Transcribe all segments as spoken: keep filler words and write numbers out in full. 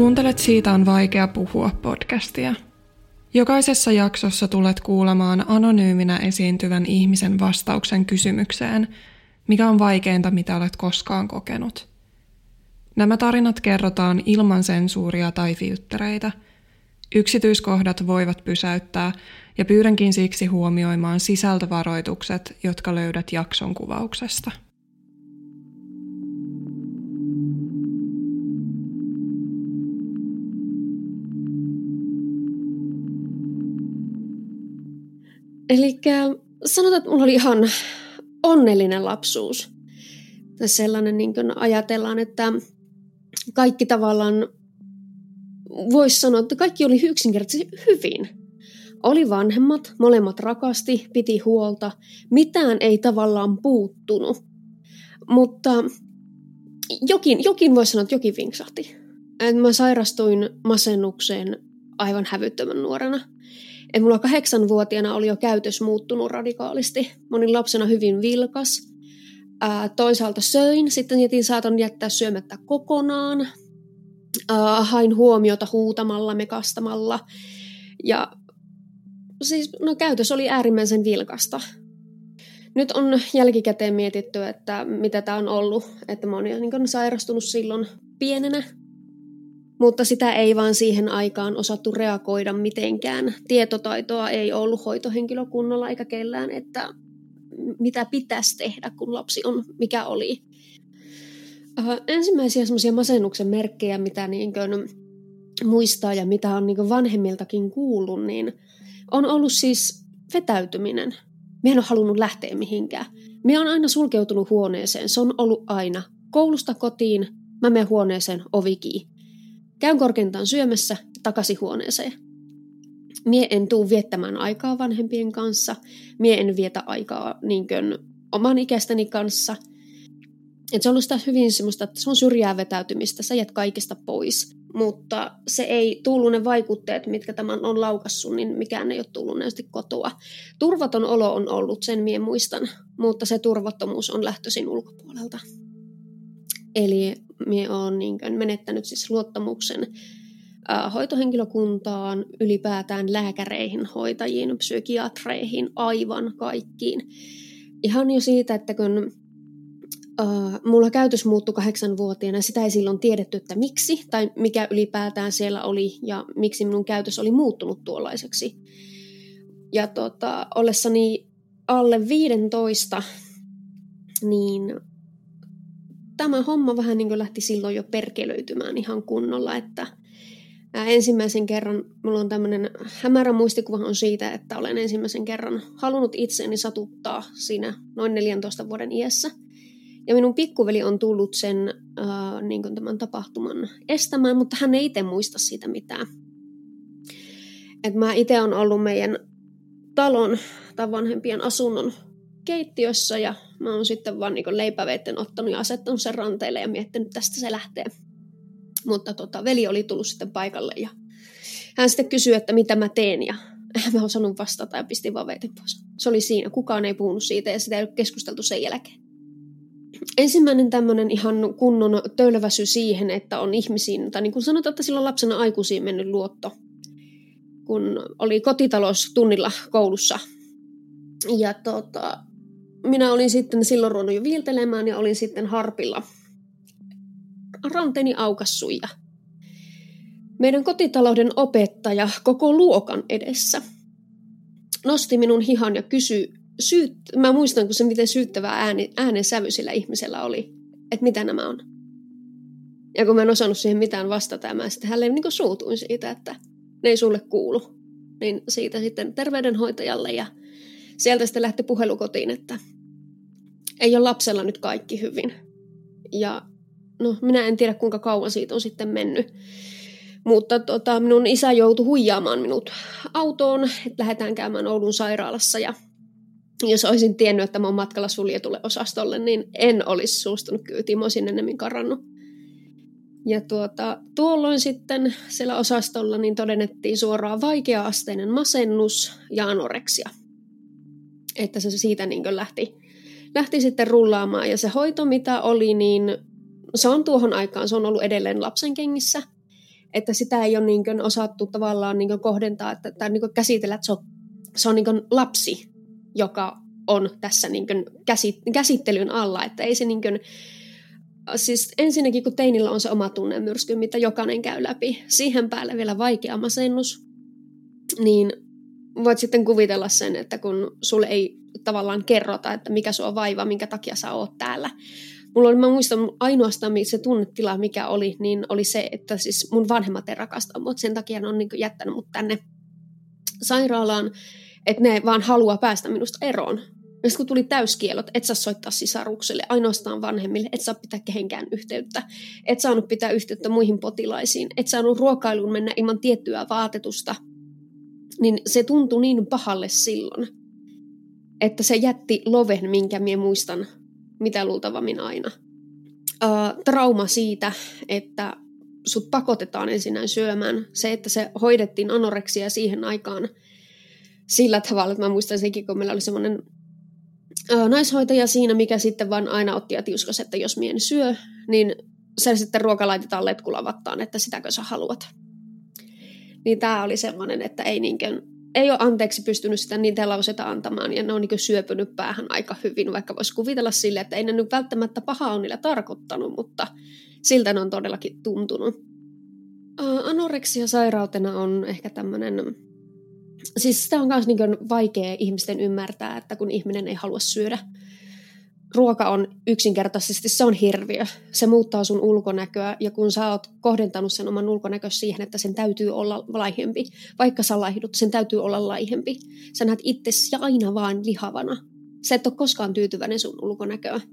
Kuuntelet Siitä on vaikea puhua podcastia. Jokaisessa jaksossa tulet kuulemaan anonyyminä esiintyvän ihmisen vastauksen kysymykseen, mikä on vaikeinta, mitä olet koskaan kokenut. Nämä tarinat kerrotaan ilman sensuuria tai filttereitä. Yksityiskohdat voivat pysäyttää ja pyydänkin siksi huomioimaan sisältövaroitukset, jotka löydät jakson kuvauksesta. Elikkä sanotaan, että mulla oli ihan onnellinen lapsuus. Tai sellainen, niin kuin ajatellaan, että kaikki tavallaan, voisi sanoa, että kaikki oli yksinkertaisesti hyvin. Oli vanhemmat, molemmat rakasti, piti huolta. Mitään ei tavallaan puuttunut. Mutta jokin, jokin voisi sanoa, että jokin vinksahti. Mä sairastuin masennukseen aivan hävyttömän nuorena. Et mulla kahdeksanvuotiaana oli jo käytös muuttunut radikaalisti. Mä olin lapsena hyvin vilkas. Ää, toisaalta söin, sitten jätin saatan jättää syömättä kokonaan. Ää, hain huomiota huutamalla, mekastamalla. Ja siis, no, käytös oli äärimmäisen vilkasta. Nyt on jälkikäteen mietitty, että mitä tää on ollut. Että mä oon jo niin sairastunut silloin pienenä. Mutta sitä ei vaan siihen aikaan osattu reagoida mitenkään. Tietotaitoa ei ollut hoitohenkilökunnalla eikä kellään, että mitä pitäisi tehdä, kun lapsi on mikä oli. Uh, ensimmäisiä semmoisia masennuksen merkkejä, mitä niin kuin muistaa ja mitä on niin kuin vanhemmiltakin kuullut, niin on ollut siis vetäytyminen. Mä en ole halunnut lähteä mihinkään. Mä oon aina sulkeutunut huoneeseen. Se on ollut aina koulusta kotiin, mä menen huoneeseen, ovi kiinni. Käyn korkeintaan syömässä takaisin huoneeseen. Mie en tuu viettämään aikaa vanhempien kanssa. Mie en vietä aikaa niin kuin oman ikäistäni kanssa. Et se on ollut sitä hyvin semmoista, että se on syrjää vetäytymistä. Sä jät kaikesta pois. Mutta se ei tullut ne vaikutteet, mitkä tämän on laukassut, niin mikään ei ole tullut näistä kotoa. Turvaton olo on ollut, sen mie muistan. Mutta se turvattomuus on lähtöisin ulkopuolelta. Eli minä olen niin kuin menettänyt siis luottamuksen äh, hoitohenkilökuntaan, ylipäätään lääkäreihin, hoitajiin, psykiatreihin, aivan kaikkiin. Ihan jo siitä, että kun äh, mulla käytös muuttui kahdeksanvuotiaana, sitä ei silloin tiedetty, että miksi tai mikä ylipäätään siellä oli ja miksi minun käytös oli muuttunut tuollaiseksi. Ja tota, ollessani alle viisitoista, niin tämä homma vähän niin kuin lähti silloin jo perkelöitymään ihan kunnolla, että ensimmäisen kerran, mulla on tämmöinen hämärä muistikuva on siitä, että olen ensimmäisen kerran halunnut itseäni satuttaa siinä noin neljäntoista vuoden iässä. Ja minun pikkuveli on tullut sen äh, niin kuin tämän tapahtuman estämään, mutta hän ei itse muista siitä mitään. Et mä itse olen ollut meidän talon tai vanhempien asunnon keittiössä ja mä oon sitten vaan niin leipäveitten ottanut ja asettanut sen ranteille ja miettinyt, että tästä se lähtee. Mutta tota, veli oli tullut sitten paikalle ja hän sitten kysyi, että mitä mä teen ja mä osannut vastata ja pistin vaan veiten pois. Se oli siinä, kukaan ei puhunut siitä ja sitä ei ole keskusteltu sen jälkeen. Ensimmäinen tämmöinen ihan kunnon tölväsy siihen, että on ihmisiin, tai niin kuin sanotaan, että silloin lapsena aikuisiin mennyt luotto, kun oli kotitaloustunnilla koulussa. Ja tota, minä olin sitten silloin ruvennut jo viiltelemään ja olin sitten harpilla ranteeni aukassut ja meidän kotitalouden opettaja koko luokan edessä nosti minun hihan ja kysyi, syyt, mä muistan kun se miten syyttävä ääni, äänen sävy sillä ihmisellä oli, että mitä nämä on. Ja kun mä en osannut siihen mitään vastata ja mä sitten hänelle niin kuin suutuin siitä, että ne ei sulle kuulu, niin siitä sitten terveydenhoitajalle ja sieltä sitten lähti puhelu kotiin, että ei ole lapsella nyt kaikki hyvin. Ja no, minä en tiedä kuinka kauan siitä on sitten mennyt. Mutta tota, minun isä joutui huijaamaan minut autoon, että lähdetään käymään Oulun sairaalassa. Ja jos olisin tiennyt, että mä oon matkalla suljetulle osastolle, niin en olisi suostunut kyytiin. Mä olisin ennemmin karannut. Ja tuota, tuolloin sitten siellä osastolla niin todennettiin suoraan vaikea-asteinen masennus ja anoreksia. Että se siitä niin kuin lähti, lähti sitten rullaamaan. Ja se hoito, mitä oli, niin se on tuohon aikaan, se on ollut edelleen lapsen kengissä. että sitä ei ole niin kuin osattu tavallaan niin kuin kohdentaa että, tai niin kuin käsitellä, että se on, se on niin kuin lapsi, joka on tässä niin kuin käsittelyn alla, että ei se niin kuin, siis ensinnäkin kun teinillä on se oma tunnemyrsky, mitä jokainen käy läpi, siihen päälle vielä vaikea masennus, niin voit sitten kuvitella sen, että kun sulle ei tavallaan kerrota, että mikä sua vaiva, minkä takia sä oot täällä. Mulla oli, mä muistan ainoastaan se tunnetila, mikä oli, niin oli se, että siis mun vanhemmat ei rakasta mut, sen takia ne on niin kuin jättänyt mut tänne sairaalaan, että ne vaan haluaa päästä minusta eroon. Ja kun tuli täyskielot, et saa soittaa sisarukselle, ainoastaan vanhemmille, et saa pitää kehenkään yhteyttä, et saanut pitää yhteyttä muihin potilaisiin, et saanut ruokailuun mennä ilman tiettyä vaatetusta, niin se tuntui niin pahalle silloin, että se jätti loven, minkä minä muistan, mitä luultavammin aina. Uh, trauma siitä, että sut pakotetaan ensinnäin syömään, se, että se hoidettiin anoreksia siihen aikaan sillä tavalla, että mä muistan sekin, kun meillä oli semmoinen uh, naishoitaja siinä, mikä sitten vaan aina otti ja tiuskasi, että jos mien syö, niin se sitten ruoka laitetaan letkulavattaan, että sitäkö sä haluat. Niin tää oli semmoinen, että ei, niinkään, ei ole anteeksi pystynyt sitä niitä lauseita antamaan, ja ne on niin syöpynyt päähän aika hyvin, vaikka voisi kuvitella sille, että ei ne nyt välttämättä pahaa on niillä tarkoittanut, mutta siltä ne on todellakin tuntunut. Anoreksia sairautena on ehkä tämmöinen, siis sitä on myös niin vaikea ihmisten ymmärtää, että kun ihminen ei halua syödä. Ruoka on yksinkertaisesti, se on hirviö. Se muuttaa sun ulkonäköä, ja kun sä oot kohdentanut sen oman ulkonäköä siihen, että sen täytyy olla laihempi, vaikka sä laihdut, sen täytyy olla laihempi. Sä näet itsesi aina vaan lihavana. Sä et ole koskaan tyytyväinen sun ulkonäköä.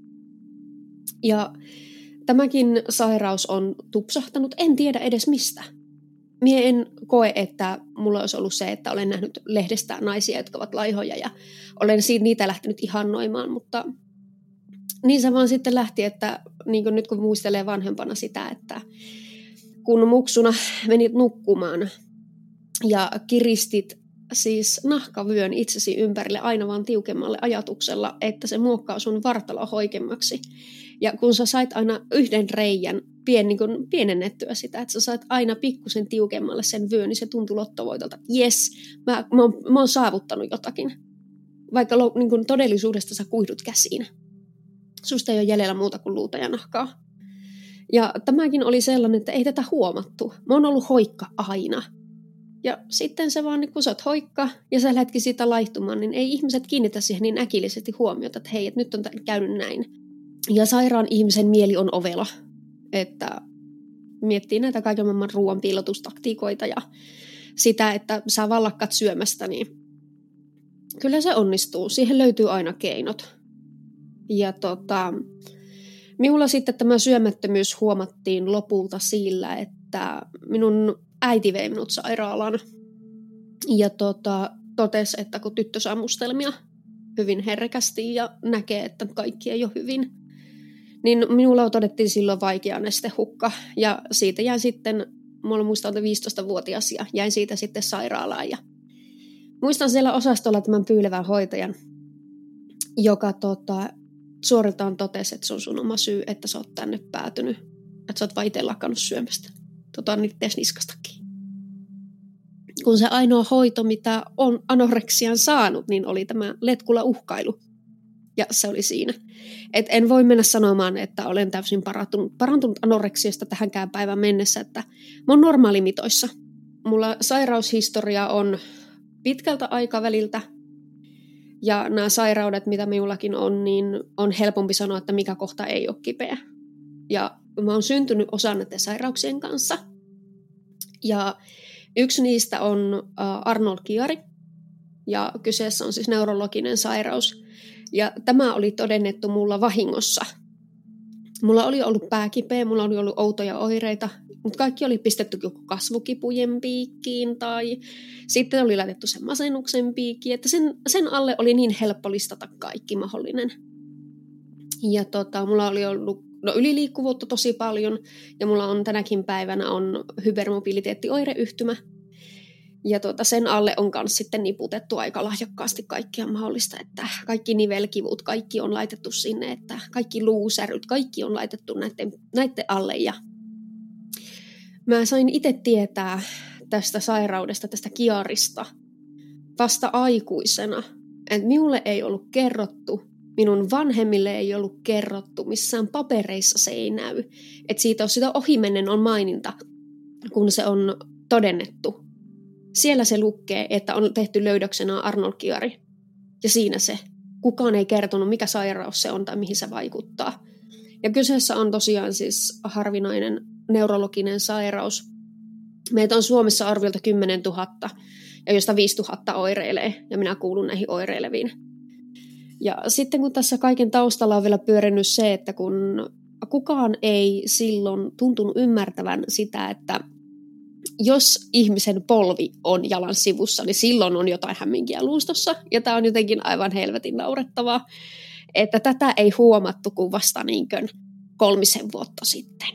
Ja tämäkin sairaus on tupsahtanut, en tiedä edes mistä. Mie en koe, että mulla olisi ollut se, että olen nähnyt lehdestä naisia, jotka ovat laihoja, ja olen siitä niitä lähtenyt ihannoimaan, mutta niin se vaan sitten lähti, että niin kuin nyt kun muistelee vanhempana sitä, että kun muksuna menit nukkumaan ja kiristit siis nahkavyön itsesi ympärille aina vaan tiukemmalle ajatuksella, että se muokkaa sun vartaloa hoikemmaksi. Ja kun sä sait aina yhden reijän pien, niin kuin pienennettyä sitä, että sä sait aina pikkusen tiukemmalle sen vyön, niin se tuntui lottovoitolta, että jes, mä, mä, oon, mä oon saavuttanut jotakin. Vaikka niin kuin todellisuudesta sä kuihdut käsiin. Susta ei ole jäljellä muuta kuin luuta ja nahkaa. Ja tämäkin oli sellainen, että ei tätä huomattu. Mä oon ollut hoikka aina. Ja sitten se vaan, kun sä oot hoikka ja sä lähdetkin siitä laihtumaan, niin ei ihmiset kiinnitä siihen niin äkillisesti huomiota, että hei, että nyt on käynyt näin. Ja sairaan ihmisen mieli on ovela, että miettii näitä kaiken maailman ruoan piilotustaktiikoita ja sitä, että sä vaan lakkaat syömästä, niin kyllä se onnistuu. Siihen löytyy aina keinot. Ja tota, minulla sitten tämä syömättömyys huomattiin lopulta sillä, että minun äiti vei minut sairaalaan ja tota, totesi, että kun tyttö saa mustelmia hyvin herkästi ja näkee, että kaikki ei ole hyvin, niin minulla todettiin silloin vaikea nestehukka ja siitä jäin sitten, minulla muistan viisitoistavuotias ja jäin siitä sitten sairaalaan ja muistan siellä osastolla tämän pyylevän hoitajan, joka tota, suoriltaan totesi, että se on sun oma syy, että sä oot tänne päätynyt. Että sä oot vaan itse lakannut syömästä. Tota on niitä niskastakin. Kun se ainoa hoito, mitä on anoreksian saanut, niin oli tämä letkula-uhkailu. Ja se oli siinä. Et en voi mennä sanomaan, että olen täysin parantunut, parantunut anoreksiasta tähänkään päivän mennessä, että mä oon normaalimitoissa. Mulla sairaushistoria on pitkältä aikaväliltä. Ja nämä sairaudet, mitä minullakin on, niin on helpompi sanoa, että mikä kohta ei ole kipeä. Ja mä oon syntynyt osan näiden sairauksien kanssa. Ja yksi niistä on Arnold-Chiari. Ja kyseessä on siis neurologinen sairaus. Ja tämä oli todennettu mulla vahingossa. Mulla oli ollut pääkipeä, mulla oli ollut outoja oireita, mutta kaikki oli pistetty joku kasvukipujen piikkiin tai sitten oli laitettu sen masennuksen piikkiin, että sen, sen alle oli niin helppo listata kaikki mahdollinen. Ja tota, mulla oli ollut no, yliliikkuvuutta tosi paljon ja mulla on tänäkin päivänä on hypermobiliteettioireyhtymä. Ja tuota, sen alle on myös sitten niputettu aika lahjakkaasti kaikkia mahdollista, että kaikki nivelkivut, kaikki on laitettu sinne, että kaikki luusäryt, kaikki on laitettu näiden, näiden alle. Ja mä sain itse tietää tästä sairaudesta, tästä kiarista vasta aikuisena. Että minulle ei ollut kerrottu, minun vanhemmille ei ollut kerrottu, missään papereissa se ei näy. Että siitä on sitä ohimennen on maininta, kun se on todennettu. Siellä se lukee, että on tehty löydöksenä Arnold-kiari. Ja siinä se. Kukaan ei kertonut, mikä sairaus se on tai mihin se vaikuttaa. Ja kyseessä on tosiaan siis harvinainen neurologinen sairaus. Meitä on Suomessa arviolta kymmenen tuhatta, ja josta viisi tuhatta oireilee, ja minä kuulun näihin oireileviin. Ja sitten kun tässä kaiken taustalla on vielä pyörinyt se, että kun kukaan ei silloin tuntunut ymmärtävän sitä, että jos ihmisen polvi on jalan sivussa, niin silloin on jotain hämminkiä luustossa, ja tämä on jotenkin aivan helvetin naurettavaa, että tätä ei huomattu kuin vasta niinkön kolmisen vuotta sitten.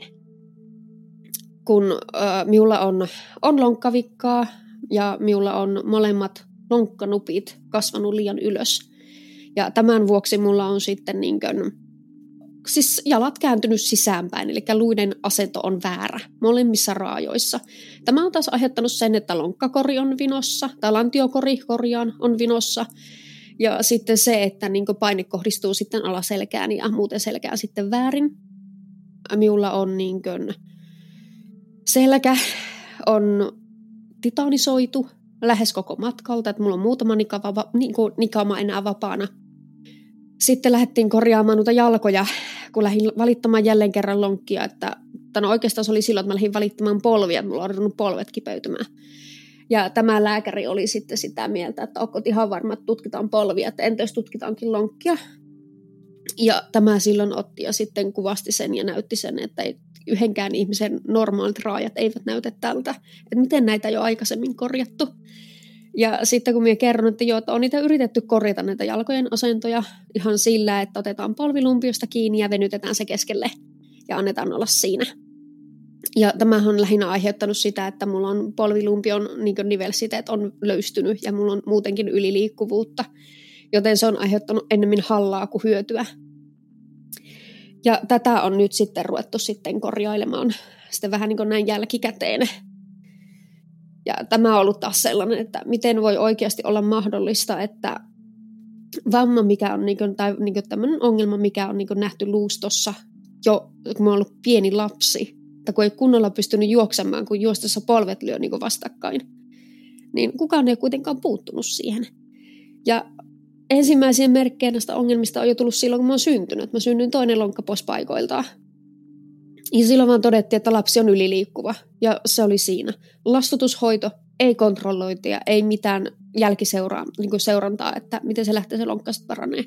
Kun äh, minulla on, on lonkkavikkaa, ja minulla on molemmat lonkkanupit kasvanut liian ylös. Ja tämän vuoksi mulla on sitten niinkön, siis jalat kääntynyt sisäänpäin, eli luiden asento on väärä molemmissa raajoissa. Tämä on taas aiheuttanut sen, että lonkkakori on vinossa, tai lantiokori korjaan on vinossa. Ja sitten se, että niinkö paine kohdistuu sitten alaselkään ja muuten selkään sitten väärin. Minulla on niinkön selkä on titanisoitu lähes koko matkalta, että mulla on muutama nikama, nikama enää vapaana. Sitten lähdettiin korjaamaan noita jalkoja, kun lähdin valittamaan jälleen kerran lonkkia, että no oikeastaan se oli silloin, että mä lähdin valittamaan polvia, että mulla on ruvennut polvet kipeytymään. Ja tämä lääkäri oli sitten sitä mieltä, että onko ihan varma, että tutkitaan polvia, että entä jos tutkitaankin lonkkia. Ja tämä silloin otti ja sitten kuvasti sen ja näytti sen, että ei yhdenkään ihmisen normaalit raajat eivät näytä tältä, että miten näitä jo aikaisemmin korjattu. Ja sitten kun minä kerron, että joo, että on niitä yritetty korjata näitä jalkojen asentoja ihan sillä, että otetaan polvilumpiosta kiinni ja venytetään se keskelle ja annetaan olla siinä. Ja tämähän on lähinnä aiheuttanut sitä, että mulla on polvilumpion niin nivelsiteet on löystynyt ja mulla on muutenkin yliliikkuvuutta, joten se on aiheuttanut ennemmin hallaa kuin hyötyä. Ja tätä on nyt sitten ruvettu sitten korjailemaan sitten vähän niin kuin näin jälkikäteen. Ja tämä on ollut taas sellainen, että miten voi oikeasti olla mahdollista, että vamma, mikä on niin kuin, tai niin kuin tämmöinen ongelma, mikä on niin kuin nähty luustossa jo, kun mä oon ollut pieni lapsi, että kun ei kunnolla pystynyt juoksemaan, kun juostessa polvet lyö niin kuin vastakkain, niin kukaan ei ole kuitenkaan puuttunut siihen. Ja ensimmäisiä merkkejä näistä ongelmista on jo tullut silloin, kun mä oon syntynyt. Mä synnyin toinen lonkka pois paikoiltaan. Ja silloin vaan todettiin, että lapsi on yliliikkuva. Ja se oli siinä. Lastutushoito, ei kontrollointia, ei mitään jälkiseuraa, niin kuin seurantaa, että miten se lähtee se lonkka sitten paranee.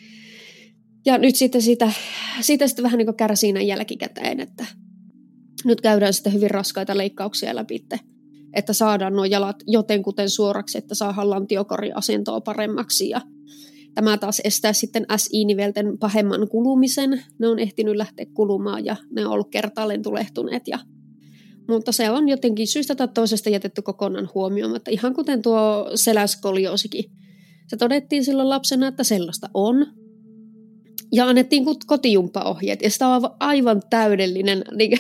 Ja nyt sitten siitä, siitä sitten vähän niin kuin kärsii näin jälkikäteen, että nyt käydään sitten hyvin raskaita leikkauksia läpi, että saadaan nuo jalat jotenkuten suoraksi, että saadaan lantiokoriasentoa paremmaksi ja tämä taas estää sitten S I-nivelten pahemman kulumisen. Ne on ehtinyt lähteä kulumaan ja ne on ollut kertaalleen tulehtuneet. Ja, mutta se on jotenkin syystä tai toisesta jätetty kokonaan huomioimatta. Ihan kuten tuo seläskoliosikin. Se todettiin silloin lapsena, että sellaista on. Ja annettiin kotijumppaohjeet. Ja sitä on aivan täydellinen. Niin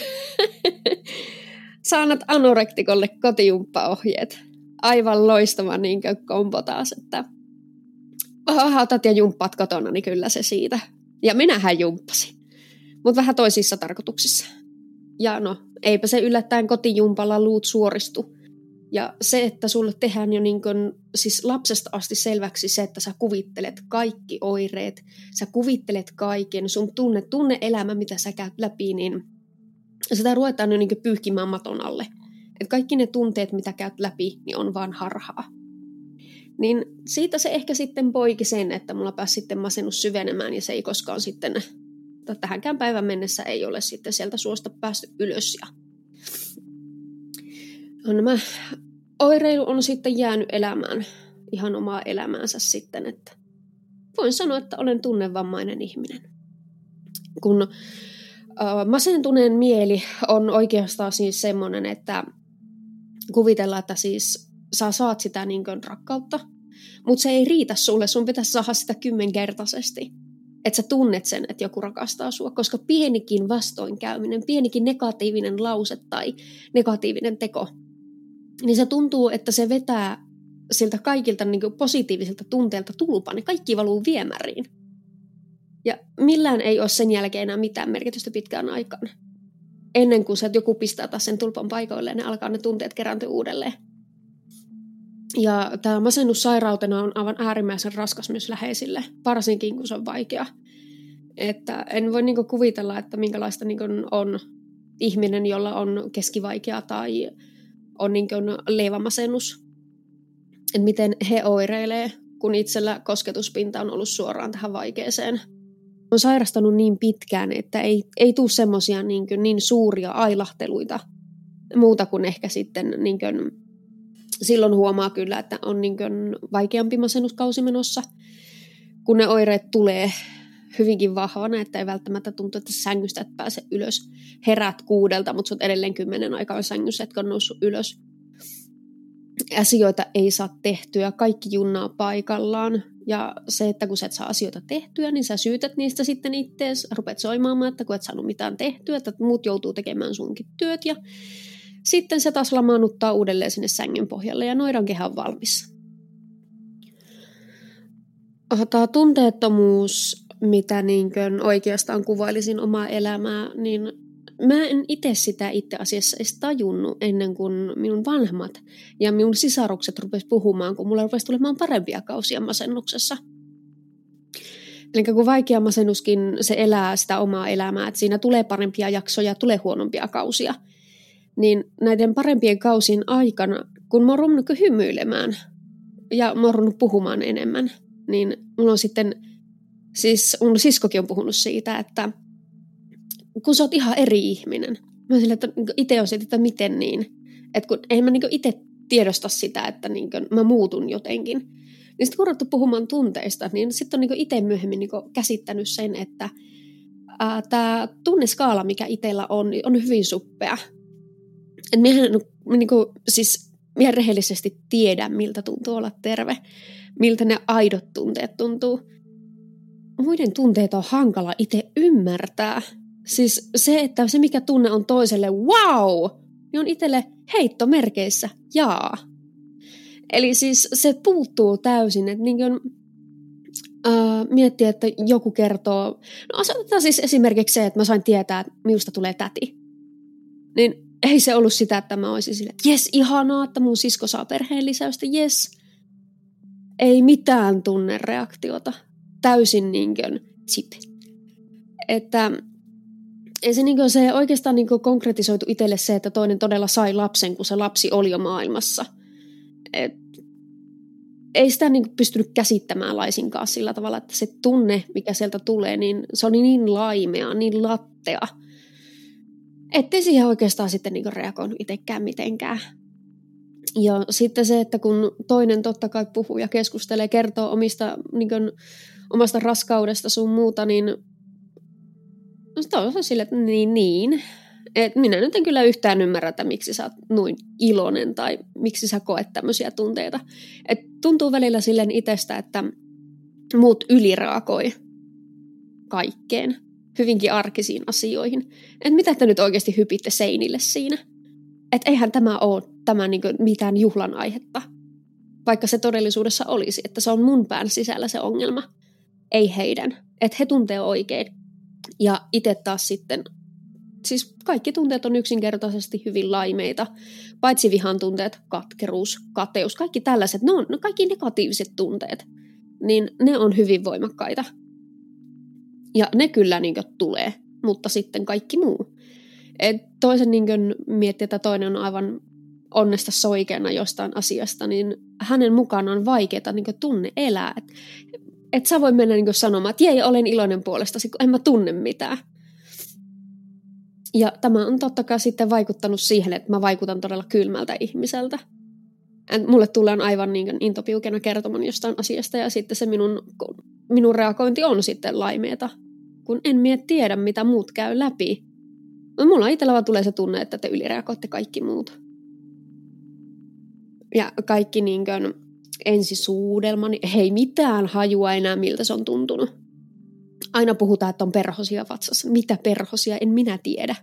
saanat anorektikolle kotijumppaohjeet. Aivan loistava niin kombo taas, että otat ja jumppaat kotona, niin kyllä se siitä. Ja minähän jumppasin, mutta vähän toisissa tarkoituksissa. Ja no, eipä se yllättäen kotijumpalla luut suoristu. Ja se, että sulle tehdään jo niin kuin, siis lapsesta asti selväksi se, että sä kuvittelet kaikki oireet, sä kuvittelet kaiken, sun tunne, tunne-elämä, mitä sä käyt läpi, niin sitä ruvetaan jo niin kuin pyyhkimään maton alle. Että kaikki ne tunteet, mitä käyt läpi, niin on vaan harhaa. Niin siitä se ehkä sitten poiki sen, että mulla pääsi sitten masennus syvenemään ja se ei koskaan sitten, tähänkään päivän mennessä ei ole sitten sieltä suosta päästy ylös. Ja no, nämä oireilu on sitten jäänyt elämään ihan omaa elämäänsä sitten, että voin sanoa, että olen tunnevammainen ihminen. Kun äh, masentuneen mieli on oikeastaan siis semmoinen, että kuvitellaan, että siis sä saat sitä niin kuin rakkautta, mutta se ei riitä sulle, sun pitäisi saada sitä kymmenkertaisesti. että sä tunnet sen, että joku rakastaa sua, koska pienikin vastoinkäyminen, pienikin negatiivinen lause tai negatiivinen teko, niin se tuntuu, että se vetää siltä kaikilta niin kuin positiivisilta tunteilta tulpaan, niin kaikki valuu viemäriin. Ja millään ei ole sen jälkeen enää mitään merkitystä pitkään aikaan. Ennen kuin se, että joku pistää taas sen tulpan paikoilleen, ne alkaa ne tunteet kerääntyä uudelleen. Ja tämä masennus sairautena on aivan äärimmäisen raskas myös läheisille, varsinkin kun se on vaikea. Että en voi niinku kuvitella, että minkälaista niinku on ihminen, jolla on keskivaikea tai on niinku leivämasennus. Että miten he oireilee, kun itsellä kosketuspinta on ollut suoraan tähän vaikeeseen. On sairastanut niin pitkään, että ei, ei tule semmoisia niin, niin suuria ailahteluita muuta kuin ehkä sitten niin kuin, silloin huomaa kyllä, että on niin kuin vaikeampi masennuskausi menossa, kun ne oireet tulee hyvinkin vahvana, että ei välttämättä tuntu, että sängystä et pääse ylös. Herät kuudelta, mutta sä oot edelleen kymmenen aikaa sängyssä, etkä on noussut ylös. Asioita ei saa tehtyä, kaikki junnaa paikallaan. Ja se, että kun sä et saa asioita tehtyä, niin sä syytät niistä sitten ittees, rupeat soimaamaan, että kun et saanut mitään tehtyä, että muut joutuu tekemään sunkin työt. Ja sitten se taas lamaannuttaa uudelleen sinne sängyn pohjalle ja noidan kehä on valmis. Tämä tunteettomuus, mitä niin oikeastaan kuvailisin omaa elämää, niin mä en itse sitä itse asiassa edes tajunnut ennen kuin minun vanhemmat ja minun sisarukset rupesivat puhumaan, kun mulla rupesi tulemaan parempia kausia masennuksessa. Eli kun vaikea masennuskin, se elää sitä omaa elämää, että siinä tulee parempia jaksoja, tulee huonompia kausia. Niin näiden parempien kausien aikana, kun mä oon ruvennut hymyilemään ja mä oon ruvennut puhumaan enemmän, niin mulla on sitten, siis mun siskokin on puhunut siitä, että kun sä oot ihan eri ihminen. Mä sille, että itse on siitä, että miten niin. Että kun en mä niin itse tiedosta sitä, että niin mä muutun jotenkin. Niin sitten kun on puhumaan tunteista, niin sitten on niin itse myöhemmin niin käsittänyt sen, että tämä tunneskaala, mikä itsellä on, on hyvin suppea. Että miehän niin kuin, siis minä rehellisesti tiedä, miltä tuntuu olla terve. Miltä ne aidot tunteet tuntuu. Muiden tunteita on hankala itse ymmärtää. Siis se, että se mikä tunne on toiselle wow, niin on itselle heittomerkeissä jaa. Eli siis se puuttuu täysin, että niin kuin, äh, miettii, että joku kertoo, no osoitetaan siis esimerkiksi se, että mä sain tietää, että minusta tulee täti. Niin ei se ollut sitä, että mä olisin silleen, että jes, ihanaa, että mun sisko saa perheen lisäystä, jes. Ei mitään tunnereaktiota, täysin niin kuin zip. Että ei se, niin kuin, se oikeastaan niin kuin konkretisoitu itselle se, että toinen todella sai lapsen, kun se lapsi oli jo maailmassa. Et, ei sitä niin kuin pystynyt käsittämään laisinkaan sillä tavalla, että se tunne, mikä sieltä tulee, niin se oli niin laimea, niin lattea, ettei siihen oikeastaan sitten niin kuin reagoinut itsekään mitenkään. Ja sitten se, että kun toinen totta kai puhuu ja keskustelee, kertoo omista, niin kuin, omasta raskaudesta sun muuta, niin se on sille, että niin, niin. Et minä nyt en kyllä yhtään ymmärrä, että miksi sä oot noin iloinen tai miksi sä koet tämmöisiä tunteita. Et tuntuu välillä silleen itsestä, että muut ylireagoi kaikkeen, hyvinkin arkisiin asioihin. Et mitä te nyt oikeasti hypitte seinille siinä? Että eihän tämä ole tämä niinku mitään juhlan aihetta, vaikka se todellisuudessa olisi, että se on mun pään sisällä se ongelma, ei heidän. Että he tuntee oikein. Ja itse taas sitten, siis kaikki tunteet on yksinkertaisesti hyvin laimeita, paitsi vihan tunteet, katkeruus, kateus, kaikki tällaiset, ne on ne kaikki negatiiviset tunteet, niin ne on hyvin voimakkaita. Ja ne kyllä niin kuin tulee, mutta sitten kaikki muu. Et toisen niin kuin miettii, että toinen on aivan onnesta soikeana jostain asiasta, niin hänen mukaan on vaikeaa niin kuin tunne elää. Et, et sä voi mennä niin kuin sanomaan, että jei, olen iloinen puolestasi, kun en mä tunne mitään. Ja tämä on totta kai sitten vaikuttanut siihen, että mä vaikutan todella kylmältä ihmiseltä. Et mulle tullaan aivan niin kuin intopiukena kertomaan jostain asiasta, ja sitten se minun, minun reagointi on sitten laimeeta, kun en mie tiedä, mitä muut käy läpi. No, mulla itsellä vaan tulee se tunne, että te ylireagoitte kaikki muut. Ja kaikki niin kuin ensisuudelmani, ei mitään hajua enää, miltä se on tuntunut. Aina puhutaan, että on perhosia vatsassa. Mitä perhosia? En minä tiedä.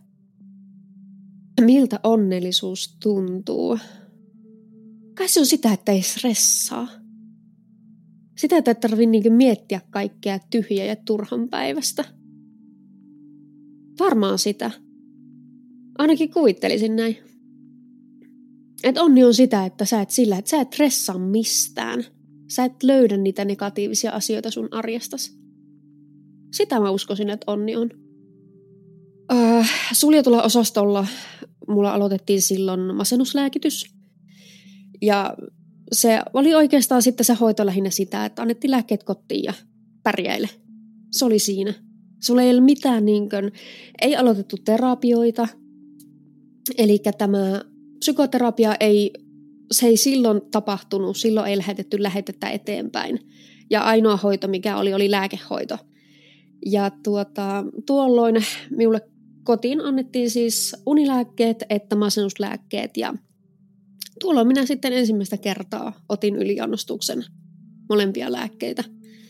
Miltä onnellisuus tuntuu? Kai se on sitä, että ei stressaa. Sitä, että ei tarvitse niin miettiä kaikkea tyhjää ja turhan päivästä. Varmaan sitä. Ainakin kuvittelisin näin. Että onni on sitä, että sä et sillä, että sä et stressaa mistään. Sä et löydä niitä negatiivisia asioita sun arjestas. Sitä mä uskoisin, että onni on. Öö, suljetulla osastolla mulla aloitettiin silloin masennuslääkitys. Ja se oli oikeastaan sitten se hoito lähinnä sitä, että annettiin lääkkeet kotiin ja pärjäile. Se oli siinä. Sulla ei ole mitään, niin kuin, ei aloitettu terapioita. Eli tämä psykoterapia ei, se ei silloin tapahtunut, silloin ei lähetetty lähetettä eteenpäin. Ja ainoa hoito, mikä oli, oli lääkehoito. Ja tuota, tuolloin minulle kotiin annettiin siis unilääkkeet että masennuslääkkeet ja tuolloin minä sitten ensimmäistä kertaa otin yliannostuksen molempia lääkkeitä.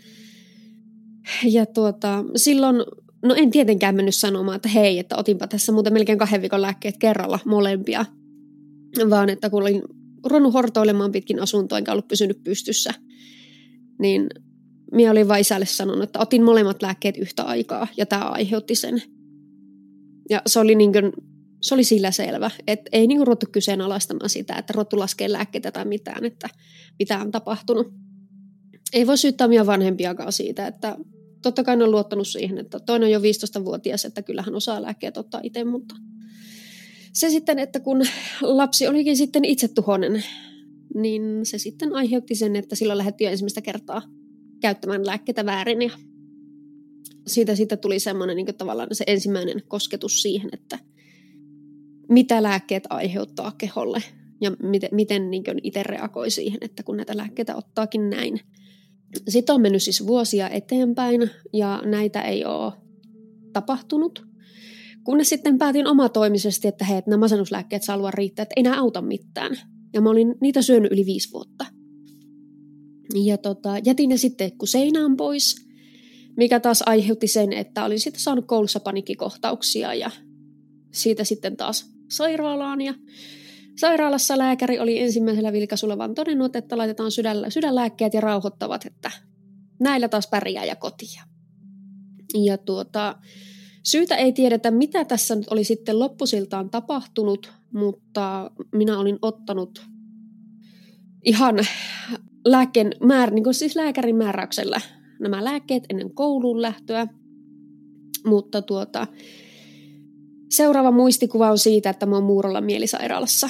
Ja tuota, silloin, no en tietenkään mennyt sanomaan, että hei, että otinpa tässä muuten melkein kahden viikon lääkkeet kerralla molempia, vaan että kun olin ruvennut hortoilemaan pitkin asuntoa enkä ollut pysynyt pystyssä, niin minä olin vain isälle sanonut, että otin molemmat lääkkeet yhtä aikaa ja tämä aiheutti sen. Ja se oli, niin kuin, se oli sillä selvä, että ei niin kuin ruvettu kyseenalaistamaan sitä, että ruvettu laskea lääkkeitä tai mitään, että mitä on tapahtunut. Ei voi syyttää minä vanhempiakaan siitä, että totta kai ne on luottanut siihen, että toinen on jo viisitoistavuotias, että kyllähän osaa lääkkeet ottaa itse, mutta se sitten, että kun lapsi olikin sitten itsetuhoinen, niin se sitten aiheutti sen, että silloin lähdettiin jo ensimmäistä kertaa käyttämään lääkkeitä väärin ja siitä sitten tuli semmoinen niin kuin tavallaan se ensimmäinen kosketus siihen, että mitä lääkkeet aiheuttaa keholle ja miten, miten niin kuin itse reagoi siihen, että kun näitä lääkkeitä ottaakin näin. Sitten on mennyt siis vuosia eteenpäin ja näitä ei ole tapahtunut. Kunnes sitten päätin omatoimisesti, että hei, että nämä masennuslääkkeet saa luoda riittää, että ei nämä auta mitään. Ja mä olin niitä syönyt yli viisi vuotta. Ja tota, jätin ne sitten kun seinään pois, mikä taas aiheutti sen, että olin sitten saanut koulussa paniikkikohtauksia ja siitä sitten taas sairaalaan. Ja sairaalassa lääkäri oli ensimmäisellä vilkaisulla vaan todennut, että laitetaan sydän, sydänlääkkeet ja rauhoittavat, että näillä taas pärjää ja kotia. Ja tuota, syytä ei tiedetä, mitä tässä nyt oli sitten loppusiltaan tapahtunut, mutta minä olin ottanut ihan lääkkeen määr, niin kuin siis lääkärin määräyksellä nämä lääkkeet ennen kouluun lähtöä, mutta tuota, seuraava muistikuva on siitä, että mä oon Muurolla mielisairaalassa.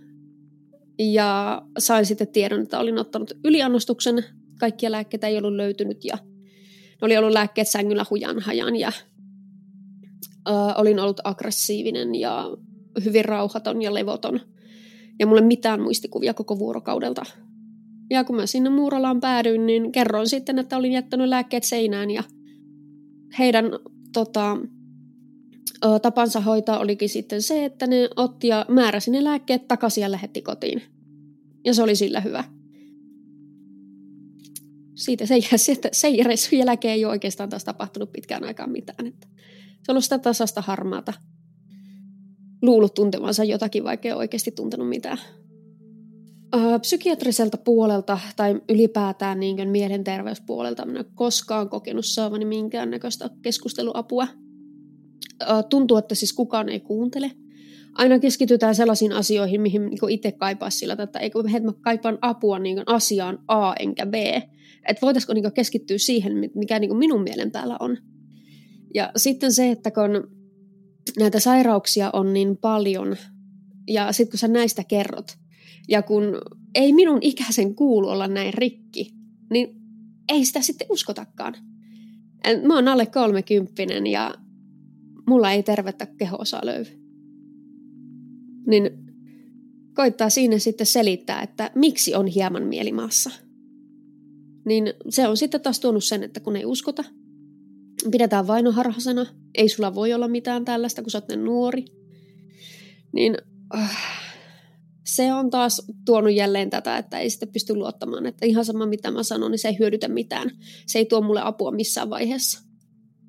Ja sain sitten tiedon, että olin ottanut yliannostuksen, kaikkia lääkkeitä ei ollut löytynyt ja oli ollut lääkkeet sängyllä hujan hajan ja ö, olin ollut aggressiivinen ja hyvin rauhaton ja levoton. Ja mulla ei mitään muistikuvia koko vuorokaudelta. Ja kun mä sinne Muurolaan päädyin, niin kerroin sitten, että olin jättänyt lääkkeet seinään ja heidän tota, ö, tapansa hoitaa olikin sitten se, että ne otti ja määräsi ne lääkkeet takaisin ja lähetti kotiin. Ja se oli sillä hyvä. Siitä sen, sen reissun jälkeen ei ole oikeastaan taas tapahtunut pitkään aikaan mitään. Että se on ollut sitä tasasta harmaata. Luullut tuntevansa jotakin, vaikka ei ole oikeasti tuntenut mitään. Ö, psykiatriselta puolelta tai ylipäätään niin kuin mielenterveyspuolelta minä en ole koskaan kokenut saavani minkäännäköistä keskusteluapua. Ö, tuntuu, että siis kukaan ei kuuntele. Aina keskitytään sellaisiin asioihin, mihin niin itse kaipaisi sillä, että eikö mä kaipaan apua niin asiaan A enkä B. Että voitaisiko niin keskittyä siihen, mikä niin minun mielen päällä on. Ja sitten se, että kun näitä sairauksia on niin paljon, ja sitten kun sä näistä kerrot, ja kun ei minun ikäisen kuulu olla näin rikki, niin ei sitä sitten uskotakaan. Mä oon alle kolmekymppinen ja mulla ei tervettä keho-osaa löydy. Niin koittaa siinä sitten selittää, että miksi on hieman mielimaassa. Niin se on sitten taas tuonut sen, että kun ei uskota, pidetään vainoharhasena, ei sulla voi olla mitään tällaista, kun sä oot nuori. Niin äh, se on taas tuonut jälleen tätä, että ei sitten pysty luottamaan, että ihan sama mitä mä sanon, niin se ei hyödytä mitään. Se ei tuo mulle apua missään vaiheessa.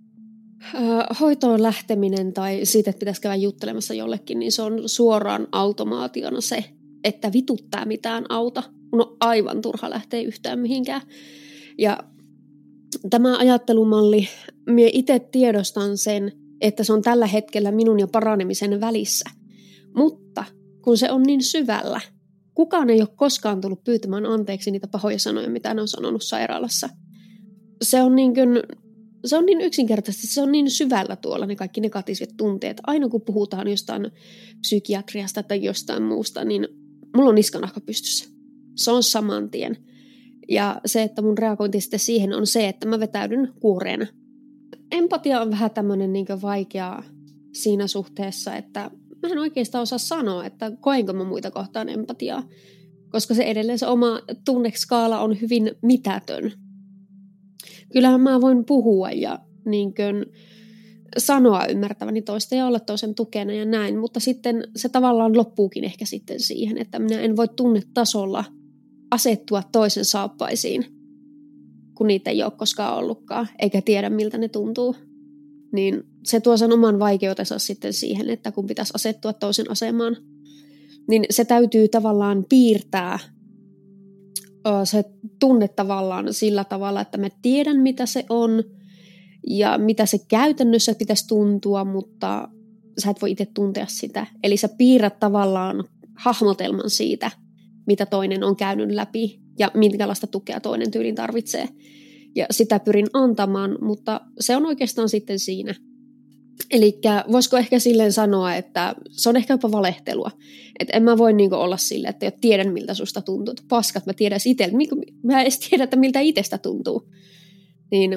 hoitoon lähteminen tai siitä, että pitäisi käydä juttelemassa jollekin, niin se on suoraan automaationa se, että vituttaa mitään auta. Mun on aivan turha lähteä yhtään mihinkään. Ja tämä ajattelumalli, minä itse tiedostan sen, että se on tällä hetkellä minun ja paranemisen välissä. Mutta kun se on niin syvällä, kukaan ei ole koskaan tullut pyytämään anteeksi niitä pahoja sanoja, mitä ne on sanonut sairaalassa. Se on niin kuin... Se on niin yksinkertaisesti, se on niin syvällä tuolla ne kaikki negatiiviset tunteet. Aina kun puhutaan jostain psykiatriasta tai jostain muusta, niin mulla on niskanahka pystyssä. Se on saman tien. Ja se, että mun reagointi sitten siihen on se, että mä vetäydyn kuureena. Empatia on vähän tämmöinen niin kuin vaikea siinä suhteessa, että mä en oikeastaan osaa sanoa, että koenko mä muita kohtaan empatiaa. Koska se edelleen se oma tunneskaala on hyvin mitätön. Kyllähän mä voin puhua ja niin kuin sanoa ymmärtäväni toista ja olla toisen tukena ja näin, mutta sitten se tavallaan loppuukin ehkä sitten siihen, että minä en voi tunnetasolla asettua toisen saappaisiin, kun niitä ei ole koskaan ollutkaan, eikä tiedä miltä ne tuntuu. Niin se tuo sen oman vaikeutensa sitten siihen, että kun pitäisi asettua toisen asemaan, niin se täytyy tavallaan piirtää se tunne tavallaan sillä tavalla, että mä tiedän mitä se on ja mitä se käytännössä pitäisi tuntua, mutta sä et voi itse tuntea sitä. Eli sä piirrät tavallaan hahmotelman siitä, mitä toinen on käynyt läpi ja minkälaista tukea toinen tyylin tarvitsee. Ja sitä pyrin antamaan, mutta se on oikeastaan sitten siinä. Eli voisiko ehkä silleen sanoa, että se on ehkä jopa valehtelua. Että en mä voi niinku olla silleen, että jo tiedän miltä susta tuntuu. Paskat, mä tiedän itse, mä en edes tiedä, että miltä itsestä tuntuu. Niin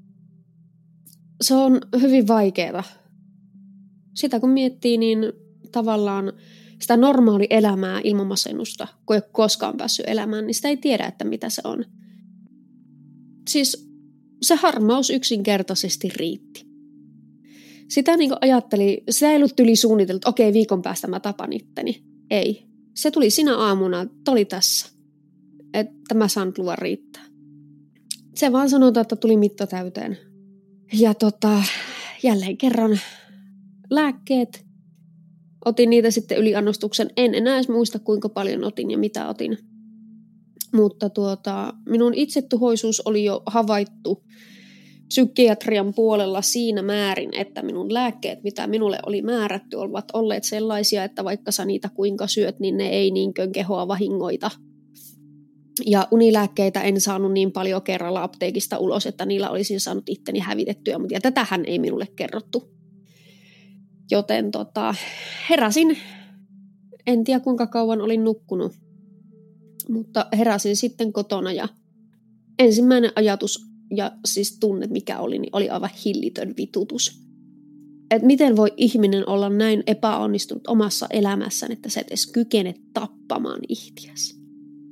se on hyvin vaikeaa. Sitä kun miettii, niin tavallaan sitä normaali elämää ilman masennusta, kun ei ole koskaan päässyt elämään, niin sitä ei tiedä, että mitä se on. Siis se harmaus yksinkertaisesti riitti. Sitä niin kuin ajatteli, se ei ollut yli suunniteltu, että okei, viikon päästä mä tapan itteni. Ei. Se tuli sinä aamuna, että oli tässä. Että mä saan luvan riittää. Se vaan sanotaan, että tuli mitta täyteen. Ja tota, jälleen kerran lääkkeet. Otin niitä sitten yliannostuksen. En enää edes muista, kuinka paljon otin ja mitä otin. Mutta tuota, minun itsetuhoisuus oli jo havaittu psykiatrian puolella siinä määrin, että minun lääkkeet, mitä minulle oli määrätty, ovat olleet sellaisia, että vaikka sä niitä kuinka syöt, niin ne ei niinkön kehoa vahingoita. Ja unilääkkeitä en saanut niin paljon kerralla apteekista ulos, että niillä olisin saanut itteni hävitettyä, mutta ja tätähän ei minulle kerrottu. Joten tota, heräsin, en tiedä kuinka kauan olin nukkunut, mutta heräsin sitten kotona ja ensimmäinen ajatus ja siis tunne, mikä oli, niin oli aivan hillitön vitutus. Et miten voi ihminen olla näin epäonnistunut omassa elämässään, että sä et edes kykene tappamaan ihtiäsi.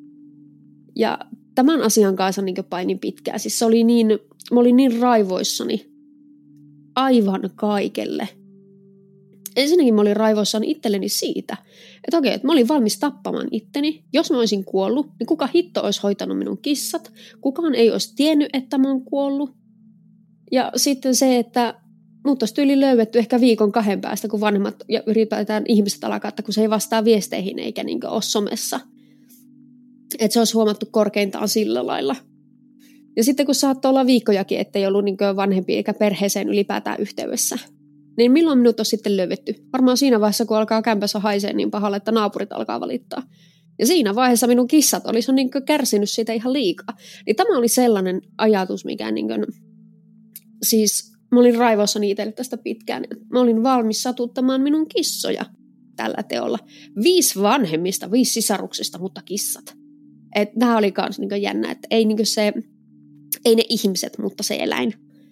Ja tämän asian kanssa niin painin pitkään. Siis se oli niin, mä olin niin raivoissani aivan kaikelle. Ensinnäkin mä olin raivoissani itselleni siitä, että okei, että mä olin valmis tappamaan itteni. Jos mä olisin kuollut, niin kuka hitto olisi hoitanut minun kissat? Kukaan ei olisi tiennyt, että mä oon kuollut. Ja sitten se, että mut olisi tyyli löydetty ehkä viikon kahden päästä, kun vanhemmat ja ylipäätään ihmiset alkaa, että kun se ei vastaa viesteihin eikä niin ole somessa. Että se olisi huomattu korkeintaan sillä lailla. Ja sitten kun saattoi olla viikkojakin, ettei ollut niin vanhempi eikä perheeseen ylipäätään yhteydessä, niin milloin minut on sitten löydetty? Varmaan siinä vaiheessa, kun alkaa kämpässä haisee niin pahalle, että naapurit alkaa valittaa. Ja siinä vaiheessa minun kissat olisi niin kärsinyt siitä ihan liikaa. Niin tämä oli sellainen ajatus, mikä niin kuin, siis mä olin raivoissani itselle tästä pitkään. Mä olin valmis satuttamaan minun kissoja tällä teolla. Viisi vanhemmista, viisi sisaruksista, mutta kissat. Et tämä oli myös niin jännä, että ei, niin se, ei ne ihmiset, mutta se eläin.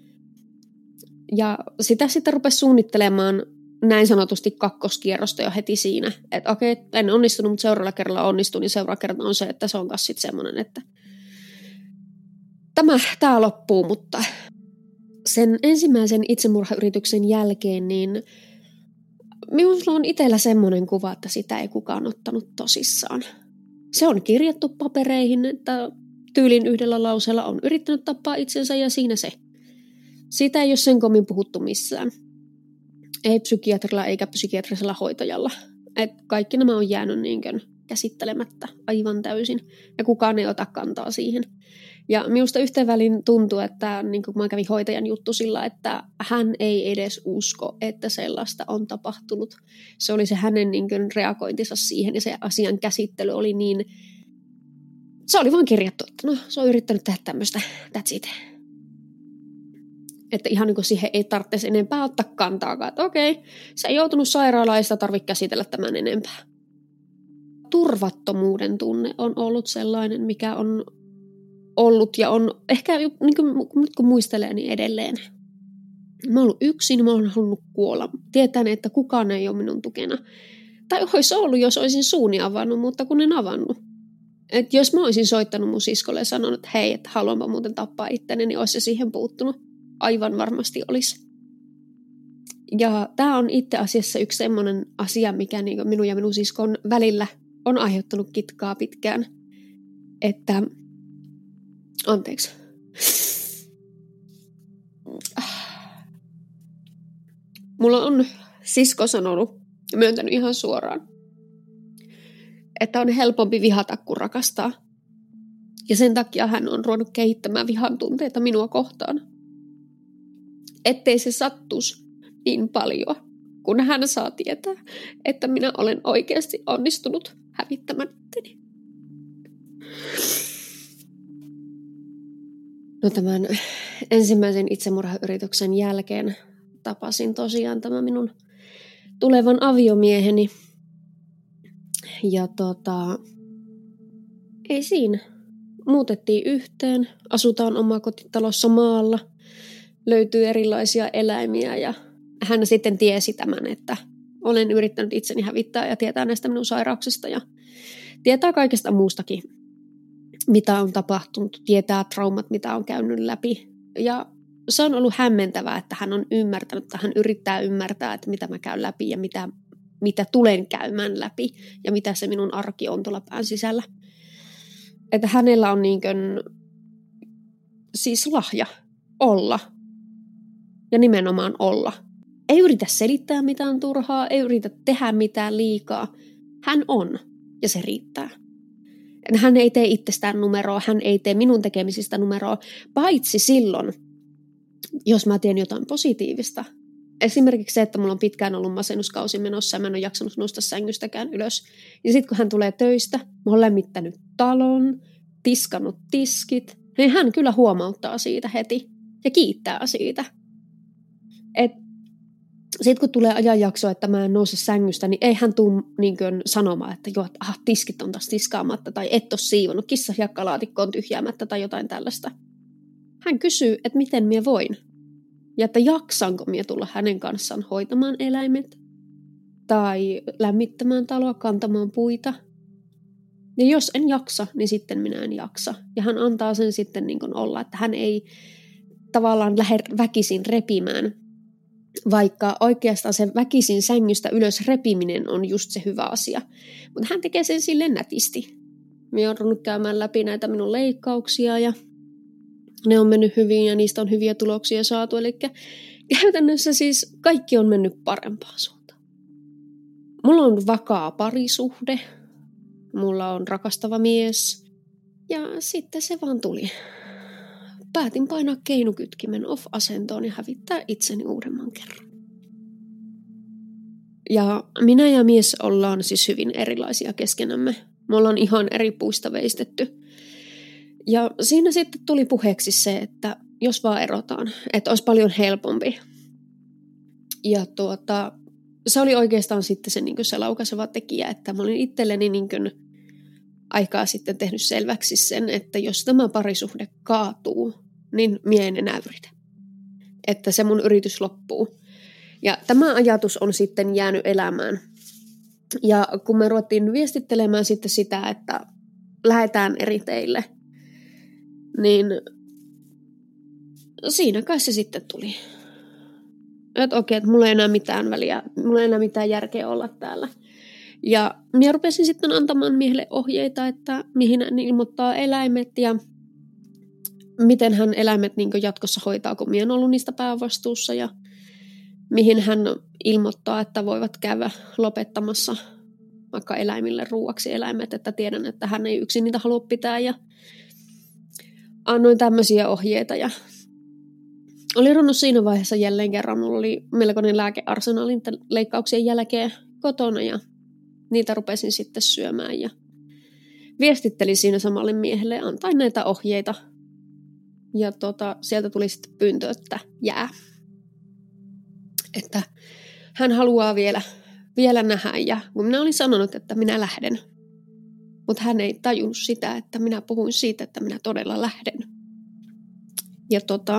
Ja sitä sitten rupesi suunnittelemaan näin sanotusti kakkoskierrosta jo heti siinä. Että okei, en onnistunut, mutta seuraavalla kerralla onnistuin, niin seuraava kerta on se, että se on myös sitten semmoinen, että tämä, tämä loppuu, mutta sen ensimmäisen itsemurhayrityksen jälkeen, niin minulla on itsellä semmoinen kuva, että sitä ei kukaan ottanut tosissaan. Se on kirjattu papereihin, että tyylin yhdellä lauseella on yrittänyt tappaa itsensä ja siinä se. Siitä ei ole sen komin puhuttu missään. Ei psykiatrilla eikä psykiatrisella hoitajalla. Et kaikki nämä on jäänyt niin kuin käsittelemättä aivan täysin. Ja kukaan ei ota kantaa siihen. Ja minusta yhteen väliin tuntuu, että niin kuin mä kävin hoitajan juttu sillä, että hän ei edes usko, että sellaista on tapahtunut. Se oli se hänen niin kuin reagointinsa siihen ja se asian käsittely oli niin, se oli vaan kirjattu, että no se on yrittänyt tehdä tämmöistä, that's it. Että ihan niin kuin siihen ei tarvitse enempää ottaa kantaakaan, että okei, se ei joutunut sairaalaan, ei sitä tarvitse käsitellä tämän enempää. Turvattomuuden tunne on ollut sellainen, mikä on ollut ja on ehkä, niin kuin, nyt kun muistelee, niin edelleen. Mä oon ollut yksin, mä oon halunnut kuolla. Tietään, että kukaan ei ole minun tukena. Tai olisi ollut, jos olisin suuni avannut, mutta kun en avannut. Et jos mä olisin soittanut mun siskolle ja sanonut, että hei, että haluanpa muuten tappaa itteni, niin olisi se siihen puuttunut. Aivan varmasti olisi. Ja tää on itse asiassa yksi semmoinen asia, mikä niin minun ja minun siskon välillä on aiheuttanut kitkaa pitkään. Että Anteeksi. Mulla on sisko sanonut ja myöntänyt ihan suoraan, että on helpompi vihata kuin rakastaa. Ja sen takia hän on ruvennut kehittämään vihan tunteita minua kohtaan. Ettei se sattuisi niin paljon, kun hän saa tietää, että minä olen oikeasti onnistunut hävittämään itteni. No tämän ensimmäisen itsemurhayrityksen jälkeen tapasin tosiaan tämän minun tulevan aviomieheni. Ja tota, ei siinä. Muutettiin yhteen, asutaan omakotitalossa maalla, löytyy erilaisia eläimiä ja hän sitten tiesi tämän, että olen yrittänyt itseni hävittää ja tietää näistä minun sairauksista ja tietää kaikesta muustakin, mitä on tapahtunut, tietää traumat, mitä on käynyt läpi. Ja se on ollut hämmentävää, että hän on ymmärtänyt, että hän yrittää ymmärtää, että mitä mä käyn läpi ja mitä, mitä tulen käymään läpi ja mitä se minun arki on tuolla pään sisällä. Että hänellä on niin kuin, siis lahja olla ja nimenomaan olla. Ei yritä selittää mitään turhaa, ei yritä tehdä mitään liikaa. Hän on ja se riittää. Hän ei tee itsestään numeroa, hän ei tee minun tekemisistä numeroa, paitsi silloin, jos mä teen jotain positiivista. Esimerkiksi se, että mulla on pitkään ollut masennuskausi menossa ja mä en ole jaksanut nousta sängystäkään ylös. Ja sitten kun hän tulee töistä, mä oon lämmittänyt talon, tiskannut tiskit, niin hän kyllä huomauttaa siitä heti ja kiittää siitä. Sitten kun tulee ajanjakso, että mä en nouse sängystä, niin ei hän tule niin sanomaan, että joo, että aha, tiskit on taas tiskaamatta tai et ole siivonut, kissahiekkalaatikko on tyhjäämättä tai jotain tällaista. Hän kysyy, että miten minä voin ja että jaksanko minä tulla hänen kanssaan hoitamaan eläimet tai lämmittämään taloa, kantamaan puita. Ja jos en jaksa, niin sitten minä en jaksa. Ja hän antaa sen sitten niin kuin olla, että hän ei tavallaan lähde väkisin repimään, vaikka oikeastaan se väkisin sängystä ylös repiminen on just se hyvä asia. Mutta hän tekee sen silleen nätisti. Minä olen ruvennut käymään läpi näitä minun leikkauksia ja ne on mennyt hyvin ja niistä on hyviä tuloksia saatu. Eli käytännössä siis kaikki on mennyt parempaan suuntaan. Mulla on vakaa parisuhde, mulla on rakastava mies ja sitten se vaan tuli. Päätin painaa keinukytkimen off-asentoon ja hävittää itseni uudemman kerran. Ja minä ja mies ollaan siis hyvin erilaisia keskenämme. Me ollaan ihan eri puista veistetty. Ja siinä sitten tuli puheeksi se, että jos vaan erotaan, että olisi paljon helpompi. Ja tuota, se oli oikeastaan sitten se, niin kuin se laukaiseva tekijä, että mä olin itselleni niin kuin aikaa sitten tehnyt selväksi sen, että jos tämä parisuhde kaatuu, niin mie en enää yritä. Että se mun yritys loppuu. Ja tämä ajatus on sitten jäänyt elämään. Ja kun me ruvettiin viestittelemään sitten sitä, että lähdetään eri teille, niin siinä kai se sitten tuli. Että okei, että mulla ei enää mitään väliä, mulla ei enää mitään järkeä olla täällä. Ja minä rupesin sitten antamaan miehelle ohjeita, että mihin hän ilmoittaa eläimet ja miten hän eläimet niin jatkossa hoitaa, kun minä olen ollut niistä päävastuussa ja mihin hän ilmoittaa, että voivat käydä lopettamassa vaikka eläimille ruuaksi eläimet, että tiedän, että hän ei yksin niitä halua pitää ja annoin tämmöisiä ohjeita ja oli runnut siinä vaiheessa jälleen kerran. Mulla oli melkoinen lääkearsenaalin leikkauksien jälkeen kotona ja niitä rupesin sitten syömään ja viestittelin siinä samalle miehelle ja antain näitä ohjeita. Ja tota, sieltä tuli sitten pyyntö, että jää. Että hän haluaa vielä, vielä nähdä ja kun minä olin sanonut, että minä lähden. Mutta hän ei tajunnut sitä, että minä puhuin siitä, että minä todella lähden. Ja tota,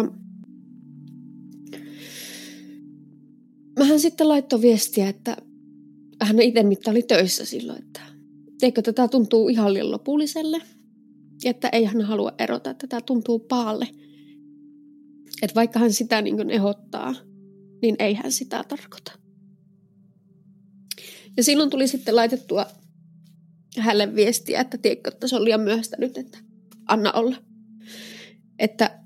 mähän sitten laittoi viestiä, että hän itse mitään oli töissä silloin, että eikö tätä tuntuu ihan liian lopulliselle. Että ei hän halua erota, että tämä tuntuu paalle. Että vaikka hän sitä niin kuin ehdottaa, niin ei hän sitä tarkoita. Ja silloin tuli sitten laitettua hänelle viestiä, että tiedätkö, että se on liian myöhäistä nyt, että anna olla. Että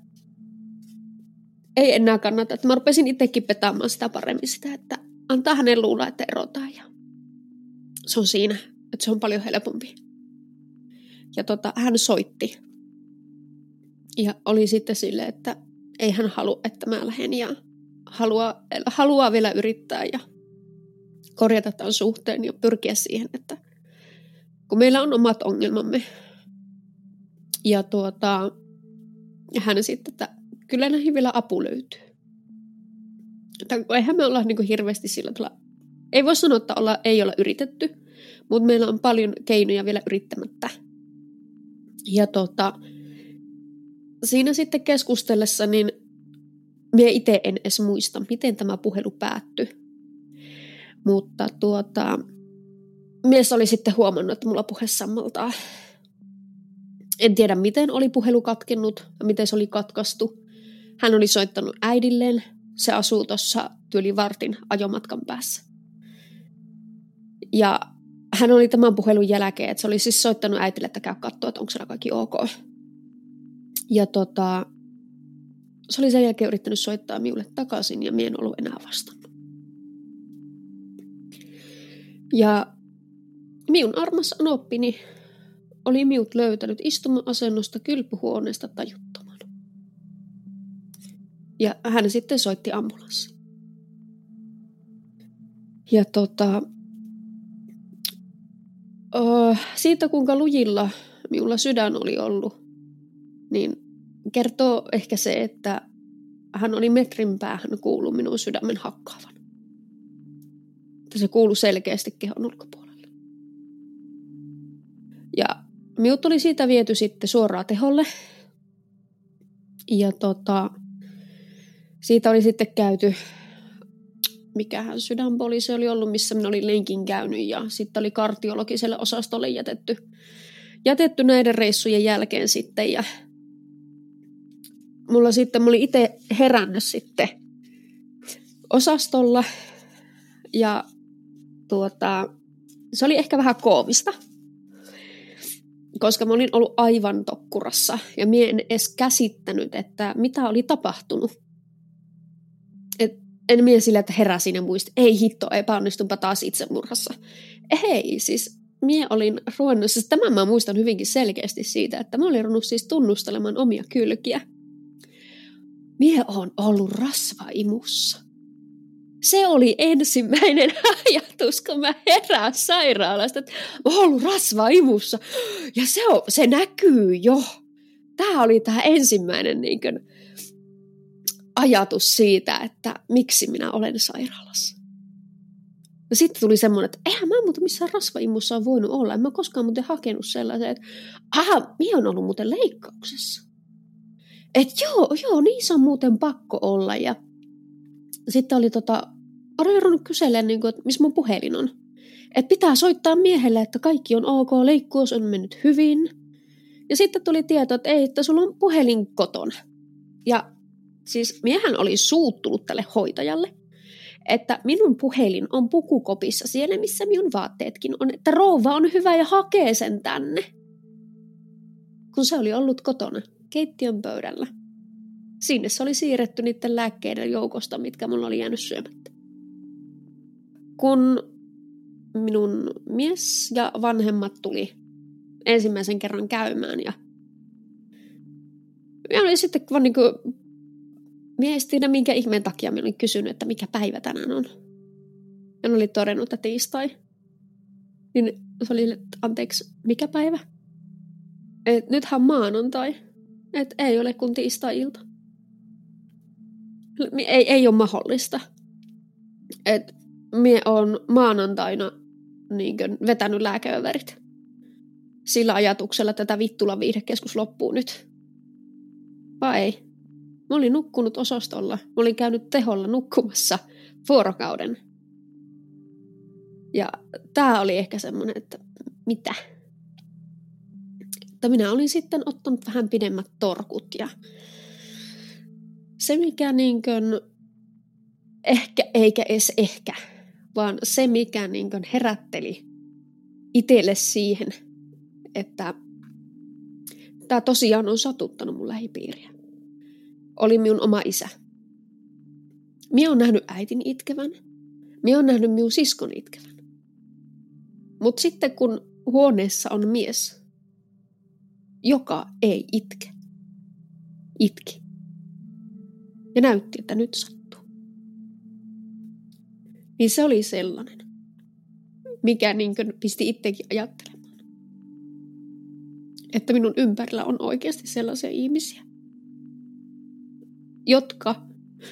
ei enää kannata. Että mä rupesin itsekin petaamaan sitä paremmin sitä, että antaa hänen luulla, että erotaan. Ja se on siinä, että se on paljon helpompi. Ja tota, hän soitti. Ja oli sitten silleen, että ei hän halua, että mä lähden ja haluaa, haluaa vielä yrittää ja korjata tämän suhteen ja pyrkiä siihen, että kun meillä on omat ongelmamme. Ja tuota, ja hän sitten, että kyllä näihin vielä apu löytyy. Että eihän me olla niin kuin hirveästi sillä tavalla, ei voi sanoa, että olla, ei olla yritetty, mutta meillä on paljon keinoja vielä yrittämättä. Ja tuota, siinä sitten keskustellessa, niin minä itse en edes muista, miten tämä puhelu päättyi. Mutta tuota, mies oli sitten huomannut, että mulla puhe sammaltaa. En tiedä, miten oli puhelu katkennut ja miten se oli katkaistu. Hän oli soittanut äidilleen. Se asuu tuossa tyyli vartin ajomatkan päässä. Ja hän oli tämän puhelun jälkeen, että se oli siis soittanut äitille, että käy katsoa, että onko siellä kaikki ok. Ja tota, se oli sen jälkeen yrittänyt soittaa minulle takaisin ja minä en ollut enää vastannut. Ja minun armas anoppini oli minut löytänyt istuma-asennosta kylpyhuoneesta tajuttoman. Ja hän sitten soitti ambulanssi. Ja tota, uh, siitä kuinka lujilla minulla sydän oli ollut, niin kertoo ehkä se, että hän oli metrin päähän kuullut minun sydämen hakkaavan. Että se kuului selkeästi kehon ulkopuolelle. Ja minut oli siitä viety sitten suoraan teholle. Ja tota, siitä oli sitten käyty, mikähän sydänpoliisi oli ollut, missä minä olin lenkin käynyt. Ja sitten oli kardiologiselle osastolle jätetty, jätetty näiden reissujen jälkeen sitten. Ja mulla sitten, mä olin itse herännyt sitten osastolla. Ja tuota, se oli ehkä vähän koomista. Koska mä olin ollut aivan tokkurassa ja minä en edes käsittänyt, että mitä oli tapahtunut. Et en minä sillä, että heräsin ja muistin, ei hitto, epäonnistunpa taas itsemurhassa. Ei, siis minä olin ruvennut, siis tämän mä muistan hyvinkin selkeästi siitä, että mä olin ruvennut siis tunnustelemaan omia kylkiä. Minä olen ollut rasvaimussa. Se oli ensimmäinen ajatus, kun mä herään sairaalasta, että mä oon ollut rasvaimussa. Ja se, on, se näkyy jo. Tämä oli tämä ensimmäinen niin kuin, ajatus siitä, että miksi minä olen sairaalassa. Ja sitten tuli semmoinen, että eihän mä muuten missään rasvaimussa ole voinut olla. En mä koskaan muuten hakenut sellaisen, että aha, minä olen ollut muuten leikkauksessa. Että joo, joo, niin se on muuten pakko olla. Ja sitten oli tota, olen ruvennut kyselemään, niin kuin, että missä mun puhelin on. Että pitää soittaa miehelle, että kaikki on ok, leikkuus on mennyt hyvin. Ja sitten tuli tieto, että ei, että sulla on puhelin kotona. Ja siis miehän oli suuttunut tälle hoitajalle, että minun puhelin on pukukopissa siellä, missä minun vaatteetkin on. Että rouva on hyvä ja hakee sen tänne. Kun se oli ollut kotona. keittiön pöydällä. Sinne se oli siirretty niiden lääkkeiden joukosta, mitkä mulla oli jäänyt syömättä. Kun minun mies ja vanhemmat tuli ensimmäisen kerran käymään ja minä olin sitten vaan niin kuin miestinä, minkä ihmeen takia minä olin kysynyt, että mikä päivä tänään on. Ja ne oli todennut, että tiistai. Niin se oli, että anteeksi, mikä päivä? Et nythän maanantai. Et ei ole kuin tiistai-ilta. Ei, ei ole mahdollista. Et mie on maanantaina niin kuin vetänyt lääkeöverit. Sillä ajatuksella, että tätä Vittulan viihdekeskus loppuu nyt. Vai ei? Mä olin nukkunut osastolla. Mä olin käynyt teholla nukkumassa vuorokauden. Ja tää oli ehkä semmonen, että mitä? Että minä olin sitten ottanut vähän pidemmät torkut ja se mikä niinkön, ehkä eikä edes ehkä, vaan se mikä niinkön herätteli itselle siihen, että tää tosiaan on satuttanut mun lähipiiriä. Oli minun oma isä. Minä olen nähnyt äitin itkevän. Minä olen nähnyt minun siskon itkevän. Mutta sitten kun huoneessa on mies, joka ei itke, itki. Ja näytti, että nyt sattuu. Niin se oli sellainen, mikä niin kuin pisti itsekin ajattelemaan. Että minun ympärillä on oikeasti sellaisia ihmisiä, jotka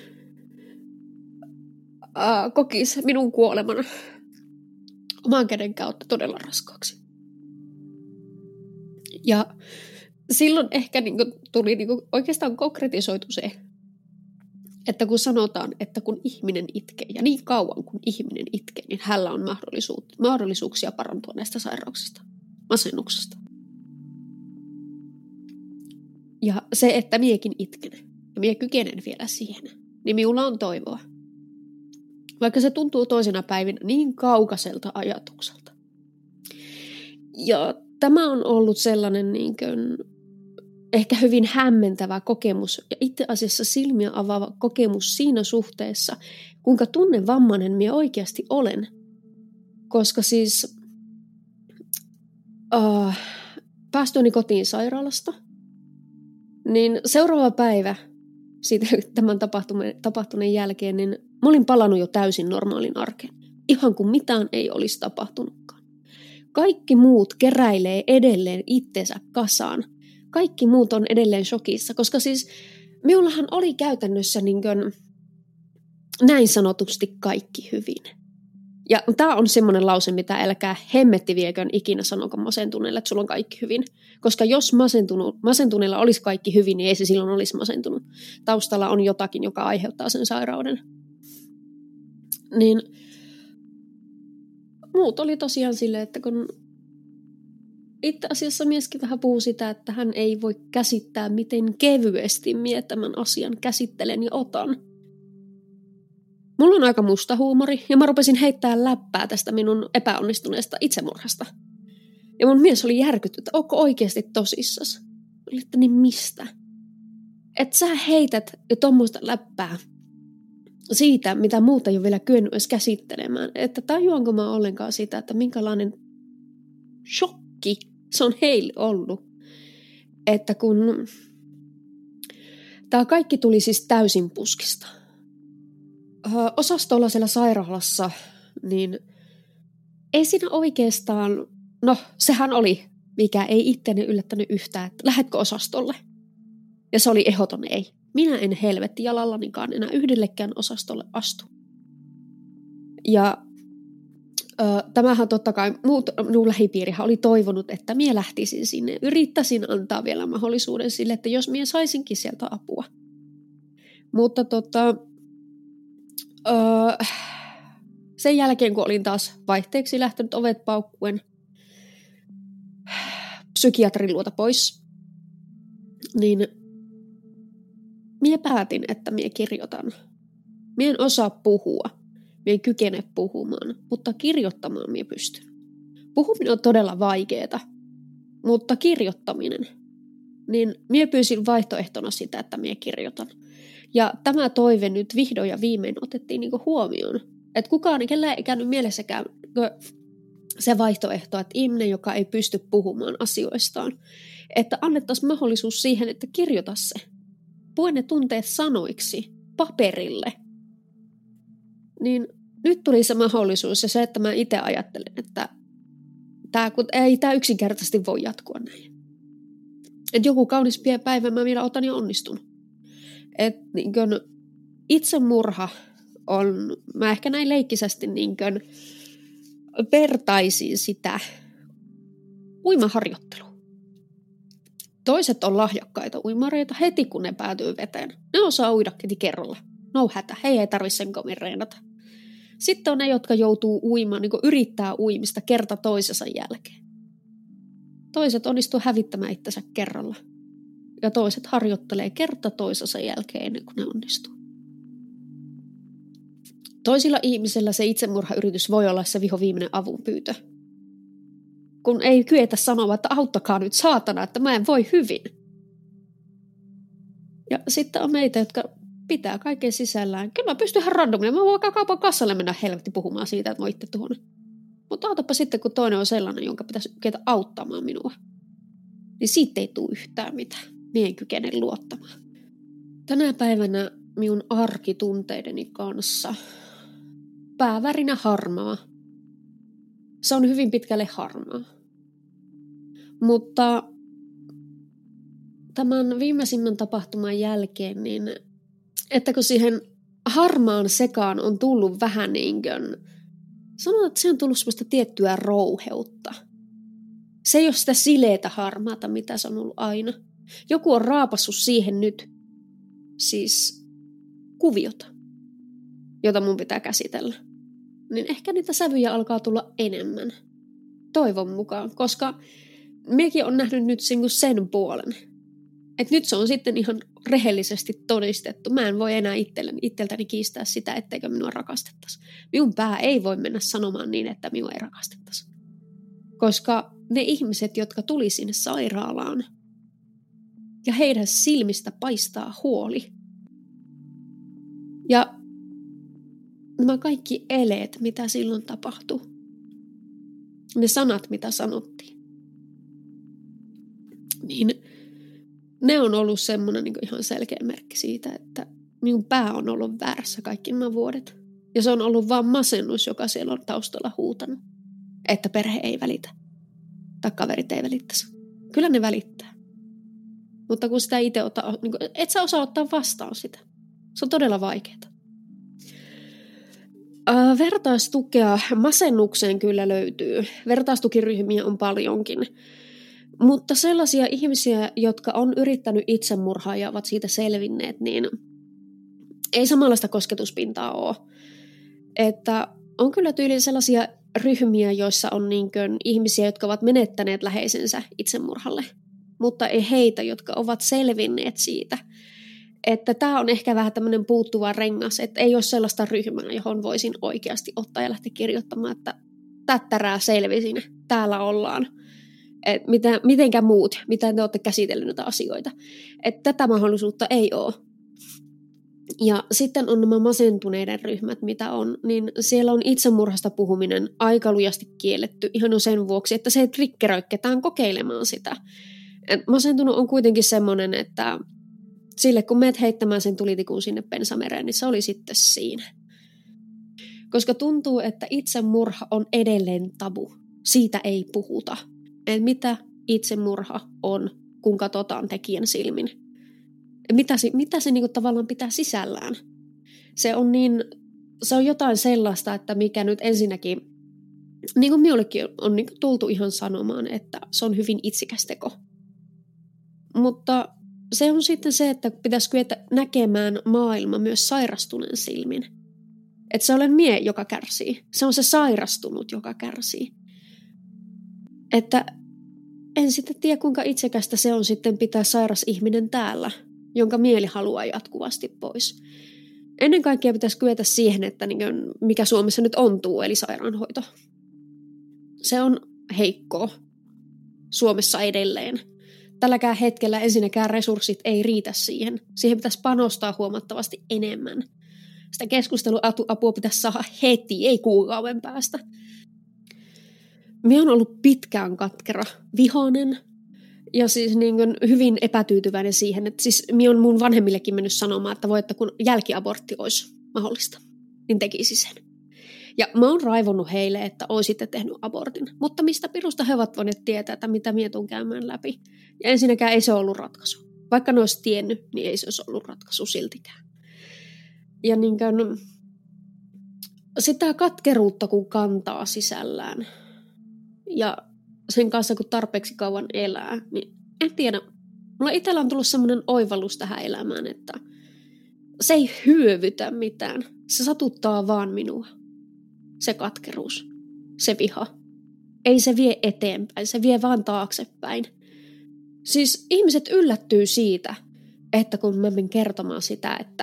äh, kokis minun kuoleman oman käden kautta todella raskaaksi. Ja silloin ehkä niin kuin tuli niin kuin oikeastaan konkretisoitu se, että kun sanotaan, että kun ihminen itkee, ja niin kauan kun ihminen itkee, niin hänellä on mahdollisuus, mahdollisuuksia parantua näistä sairauksista, masennuksesta. Ja se, että miekin itken, ja mie kykenen vielä siihen, niin minulla on toivoa. Vaikka se tuntuu toisena päivinä niin kaukaiselta ajatukselta. Ja tämä on ollut sellainen niin kuin, ehkä hyvin hämmentävä kokemus ja itse asiassa silmiä avaava kokemus siinä suhteessa, kuinka tunnevammainen minä oikeasti olen. Koska siis uh, päästöni kotiin sairaalasta, niin seuraava päivä siitä tämän tapahtuneen jälkeen, niin mä olin palannut jo täysin normaalin arkeen. Ihan kuin mitään ei olisi tapahtunutkaan. Kaikki muut keräilee edelleen itsensä kasaan. Kaikki muut on edelleen shokissa, koska siis minullahan oli käytännössä niin kuin näin sanotusti kaikki hyvin. Ja tämä on semmoinen lause, mitä älkää hemmetti viekön ikinä sanoko masentuneelle, että sulla on kaikki hyvin. Koska jos masentuneella olisi kaikki hyvin, niin ei se silloin olisi masentunut. Taustalla on jotakin, joka aiheuttaa sen sairauden. Niin muut oli tosiaan silleen, että kun itse asiassa mieskin vähän puhuu sitä, että hän ei voi käsittää, miten kevyesti mie tämän asian käsittelen ja otan. Mulla on aika musta huumori ja mä rupesin heittää läppää tästä minun epäonnistuneesta itsemurhasta. Ja mun mies oli järkytty, että onko oikeasti tosissas? Oli, että niin mistä? Että sä heität jo tommoista läppää siitä, mitä muuta ei ole vielä kyennyt edes käsittelemään. Että tajuanko mä ollenkaan sitä, että minkälainen shokki se on heille ollut. Että kun tää kaikki tuli siis täysin puskista. Osastolla siellä sairaalassa, niin ei siinä oikeastaan, no sehän oli, mikä ei itseäni yllättänyt yhtään, että lähdetkö osastolle? Ja se oli ehdoton ei. Minä en helvetti jalallanikaan enää yhdellekään osastolle astu. Ja ö, tämähän totta kai, muut, minun lähipiirihän oli toivonut, että minä lähtisin sinne. Yrittäisin antaa vielä mahdollisuuden sille, että jos minä saisinkin sieltä apua. Mutta tota... Öö, sen jälkeen, kun olin taas vaihteeksi lähtenyt ovet paukkuen psykiatrin luota pois, niin mie päätin, että mie kirjoitan. Mie en osaa puhua, mie en kykene puhumaan, mutta kirjoittamaan mie pystyn. Puhuminen on todella vaikeeta, mutta kirjoittaminen, niin mie pyysin vaihtoehtona sitä, että mie kirjoitan. Ja tämä toive nyt vihdoin ja viimein otettiin niinku huomioon. Että kukaan, kellä ei käynyt mielessäkään se vaihtoehto, että ihminen, joka ei pysty puhumaan asioistaan, että annettaisiin mahdollisuus siihen, että kirjoita se. Pue ne tunteet sanoiksi, paperille. Niin nyt tuli se mahdollisuus ja se, että mä itse ajattelen, että tää, kun ei tämä yksinkertaisesti voi jatkua näin. Että joku kaunis päivä mä vielä otan ja onnistun. Että niin kun itsemurha on, mä ehkä näin leikkisästi niin kun vertaisin sitä uimaharjoitteluun. Toiset on lahjakkaita uimareita heti kun ne päätyy veteen. Ne osaa uida heti kerralla. No hätä, he ei tarvitse sen kovin reenata. Sitten on ne, jotka joutuu uimaan, niin yrittää uimista kerta toisensa jälkeen. Toiset onnistuu hävittämään itsensä kerralla. Ja toiset harjoittelee kerta toisensa jälkeen ennen kuin ne onnistuu. Toisilla ihmisillä se itsemurhayritys voi olla se vihoviimeinen avunpyyntö. Kun ei kyetä sanoa, että auttakaa nyt saatana, että mä en voi hyvin. Ja sitten on meitä, jotka pitää kaiken sisällään. Kyllä mä pystyn ihan randomina. Mä voin kaupan kassalle mennä helvetti puhumaan siitä, että mä itse tuonne. Mutta autapa sitten, kun toinen on sellainen, jonka pitäisi kyetä auttamaan minua. Niin siitä ei tule yhtään mitään. Mie en kykene luottamaan. Tänä päivänä minun arkitunteideni kanssa päävärinä harmaa. Se on hyvin pitkälle harmaa. Mutta tämän viimeisimmän tapahtuman jälkeen, niin että kun siihen harmaan sekaan on tullut vähän niin kuin, sanotaan, että se on tullut semmoista tiettyä rouheutta. Se ei ole sitä sileitä harmaata, mitä se on ollut aina. Joku on raapassut siihen nyt siis kuviota, jota mun pitää käsitellä. Niin ehkä niitä sävyjä alkaa tulla enemmän. Toivon mukaan, koska mekin on nähnyt nyt sen puolen. Että nyt se on sitten ihan rehellisesti todistettu. Mä en voi enää itselleni, itseltäni kiistää sitä, etteikö minua rakastettaisi. Minun pää ei voi mennä sanomaan niin, että minua ei rakastettaisi. Koska ne ihmiset, jotka tuli sinne sairaalaan, ja heidän silmistä paistaa huoli. Ja nämä kaikki eleet, mitä silloin tapahtui. Ne sanat, mitä sanottiin. Niin ne on ollut semmoinen niin ihan selkeä merkki siitä, että minun pää on ollut väärässä kaikki nämä vuodet. Ja se on ollut vaan masennus, joka siellä on taustalla huutanut. Että perhe ei välitä. Tai kaverit ei välittäisi. Kyllä ne välittää. Mutta kun sitä itse ottaa, niin kuin, et sä osaa ottaa vastaan sitä. Se on todella vaikeaa. Äh, vertaistukea masennukseen kyllä löytyy. Vertaistukiryhmiä on paljonkin. Mutta sellaisia ihmisiä, jotka on yrittänyt itsemurhaa ja ovat siitä selvinneet, niin ei samanlaista kosketuspintaa ole. Että on kyllä tyyliin sellaisia ryhmiä, joissa on niin kuin ihmisiä, jotka ovat menettäneet läheisensä itsemurhalle, mutta ei heitä, jotka ovat selvinneet siitä. Että tämä on ehkä vähän tämmöinen puuttuva rengas, että ei ole sellaista ryhmää, johon voisin oikeasti ottaa ja lähteä kirjoittamaan, että tättärää selvisin, täällä ollaan. Et mitä, mitenkä muut, mitä te olette käsitelleet näitä asioita. Että tätä mahdollisuutta ei ole. Ja sitten on nämä masentuneiden ryhmät, mitä on, niin siellä on itsemurhasta puhuminen aika lujasti kielletty ihan on sen vuoksi, että se ei triggeröi ketään kokeilemaan sitä. Et masentunut on kuitenkin semmoinen, että sille kun meet heittämään sen tulitikun sinne bensamereen, niin se oli sitten siinä. Koska tuntuu, että itsemurha on edelleen tabu. Siitä ei puhuta. Et mitä itsemurha on, kun katsotaan tekijän silmin. Mitä se, mitä se niinku tavallaan pitää sisällään. Se on, niin, se on jotain sellaista, että mikä nyt ensinnäkin, niin kuin minullekin on niinku tultu ihan sanomaan, että se on hyvin itsikäs teko. Mutta se on sitten se, että pitäisi kyetä näkemään maailma myös sairastuneen silmin. Että se olen mie, joka kärsii. Se on se sairastunut, joka kärsii. Että en sitten tiedä, kuinka itsekästä se on sitten pitää sairas ihminen täällä, jonka mieli haluaa jatkuvasti pois. Ennen kaikkea pitäisi kyetä siihen, että mikä Suomessa nyt ontuu, eli sairaanhoito. Se on heikkoa Suomessa edelleen. tälläkään hetkellä ensinnäkään resurssit ei riitä siihen. Siihen pitäisi panostaa huomattavasti enemmän. Sitä keskusteluapua pitäisi saada heti, ei kuukauden päästä. Minä olen ollut pitkään katkera, vihainen ja siis niin kuin hyvin epätyytyväinen siihen, että siis minä olen mun vanhemmillekin mennyt sanomaan, että voi, että kun jälkiabortti olisi mahdollista, niin tekisi sen. Ja mä oon raivonnut heille, että oisitte tehnyt abortin, mutta mistä pirusta he ovat voineet tietää, että mitä minä tuun käymään läpi. Ja ensinnäkään ei se ollut ratkaisu. Vaikka ne olisi tiennyt, niin ei se olisi ollut ratkaisu siltikään. Ja niin kuin, sitä katkeruutta kun kantaa sisällään ja sen kanssa kun tarpeeksi kauan elää, niin en tiedä. Mulla itsellä on tullut semmoinen oivallus tähän elämään, että se ei hyövytä mitään. Se satuttaa vaan minua. Se katkeruus, se viha. Ei se vie eteenpäin, se vie vaan taaksepäin. Siis ihmiset yllättyy siitä, että kun mä menen kertomaan sitä, että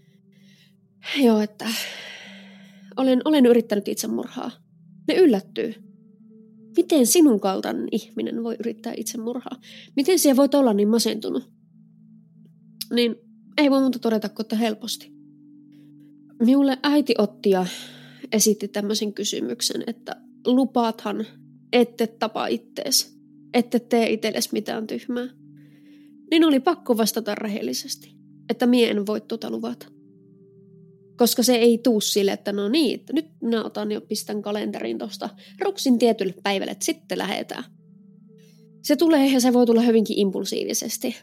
joo, että olen, olen yrittänyt itsemurhaa. Ne yllättyy. Miten sinun kaltainen ihminen voi yrittää itsemurhaa? Miten siellä voit olla niin masentunut? Niin ei voi muuta todeta kuin, että helposti. Minulle äiti otti ja esitti tämmöisen kysymyksen, että lupaathan, ette tapa ittees, ette tee itsellesi mitään tyhmää. Niin oli pakko vastata rehellisesti, että mie en voi tuota luvata. Koska se ei tuu sille, että no niin, että nyt minä otan jo pistän kalenteriin tuosta ruksin tietylle päivälle, että sitten lähdetään. Se tulee ja se voi tulla hyvinkin impulsiivisesti.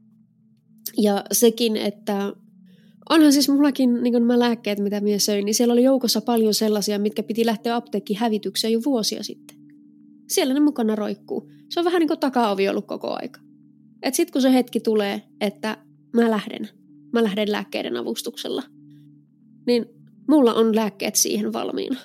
Ja sekin, että onhan siis mullakin niin nämä lääkkeet, mitä minä söin, niin siellä oli joukossa paljon sellaisia, mitkä piti lähteä apteekkiin hävitykseen jo vuosia sitten. Siellä ne mukana roikkuu. Se on vähän niin kuin takaovi ollut koko aika. Että sitten kun se hetki tulee, että mä lähden, mä lähden lääkkeiden avustuksella, niin mulla on lääkkeet siihen valmiina.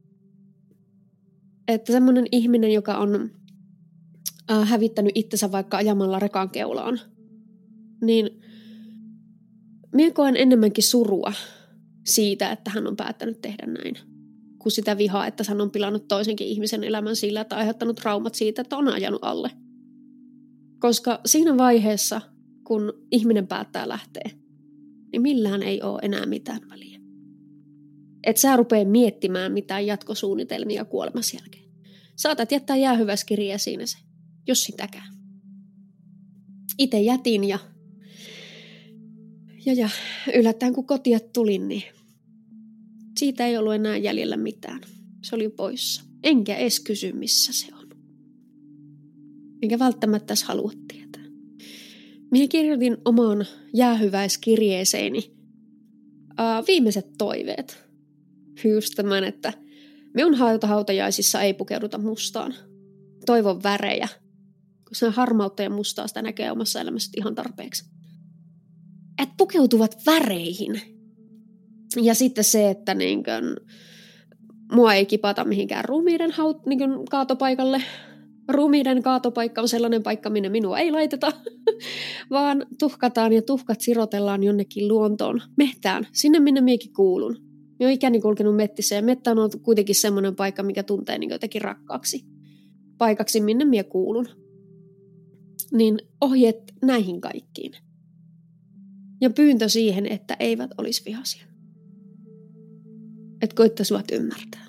Että semmoinen ihminen, joka on äh, hävittänyt itsensä vaikka ajamalla rekan keulaan, niin minä koen enemmänkin surua siitä, että hän on päättänyt tehdä näin, kuin sitä vihaa, että hän on pilannut toisenkin ihmisen elämän sillä, että aiheuttanut traumat siitä, että on ajanut alle. Koska siinä vaiheessa, kun ihminen päättää lähteä, niin millään ei ole enää mitään väliä. Et sä rupea miettimään mitään jatkosuunnitelmia kuolemassa jälkeen. Saatat jättää jäähyväiskirjaa siinä se, jos sitäkään. Itse jätin ja, ja, ja yllättäen kun kotia tulin, niin siitä ei ollut enää jäljellä mitään. Se oli poissa. Enkä edes kysy, missä se on. Enkä välttämättä edes halua tietää. Minä kirjoitin omaan jäähyväiskirjeeseeni uh, viimeiset toiveet. Just tämän, että minun hautajaisissa ei pukeuduta mustaan. Toivon värejä. Kun se on harmautta ja mustaa, sitä näkee omassa elämässä ihan tarpeeksi. Et pukeutuvat väreihin. Ja sitten se, että niin kun, mua ei kipata mihinkään ruumiiden haut, niin kun, kaatopaikalle. Ruumiiden kaatopaikka on sellainen paikka, minne minua ei laiteta, vaan tuhkataan ja tuhkat sirotellaan jonnekin luontoon, mehtään, sinne minne miekin kuulun. Minä olen ikäni kulkenut mettissä ja mettä on ollut kuitenkin semmoinen paikka, mikä tuntee niin jotenkin rakkaaksi paikaksi, minne minä kuulun. Niin ohjeet näihin kaikkiin. Ja pyyntö siihen, että eivät olisi vihaisia. Että koittaisivat ymmärtää.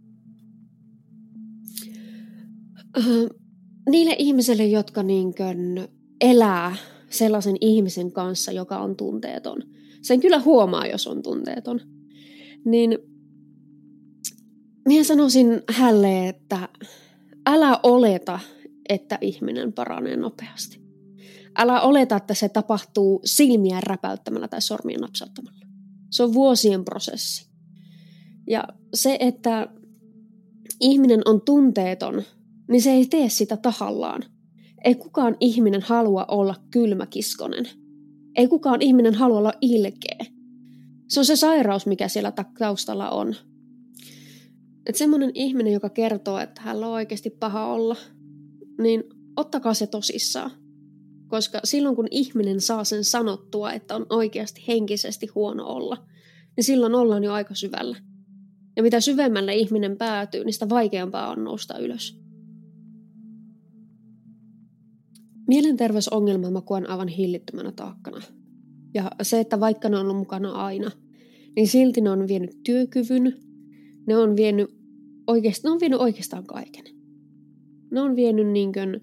Uh, niille ihmisille, jotka niinkön elää sellaisen ihmisen kanssa, joka on tunteeton. Sen kyllä huomaa, jos on tunteeton. Niin minä sanoisin hälle, että älä oleta, että ihminen paranee nopeasti. Älä oleta, että se tapahtuu silmiä räpäyttämällä tai sormien napsauttamalla. Se on vuosien prosessi. Ja se, että ihminen on tunteeton, niin se ei tee sitä tahallaan. Ei kukaan ihminen halua olla kylmäkiskonen. Ei kukaan ihminen halua olla ilkeä. Se on se sairaus, mikä siellä taustalla on. Että semmoinen ihminen, joka kertoo, että hänellä on oikeasti paha olla, niin ottakaa se tosissaan. Koska silloin, kun ihminen saa sen sanottua, että on oikeasti henkisesti huono olla, niin silloin ollaan jo aika syvällä. Ja mitä syvemmälle ihminen päätyy, niin sitä vaikeampaa on nousta ylös. Mielenterveysongelmaa mä koen aivan hillittömänä taakkana. Ja se, että vaikka ne on ollut mukana aina, niin silti ne on vienyt työkyvyn, ne on vienyt, oikeast, ne on vienyt oikeastaan kaiken. Ne on vienyt niin kuin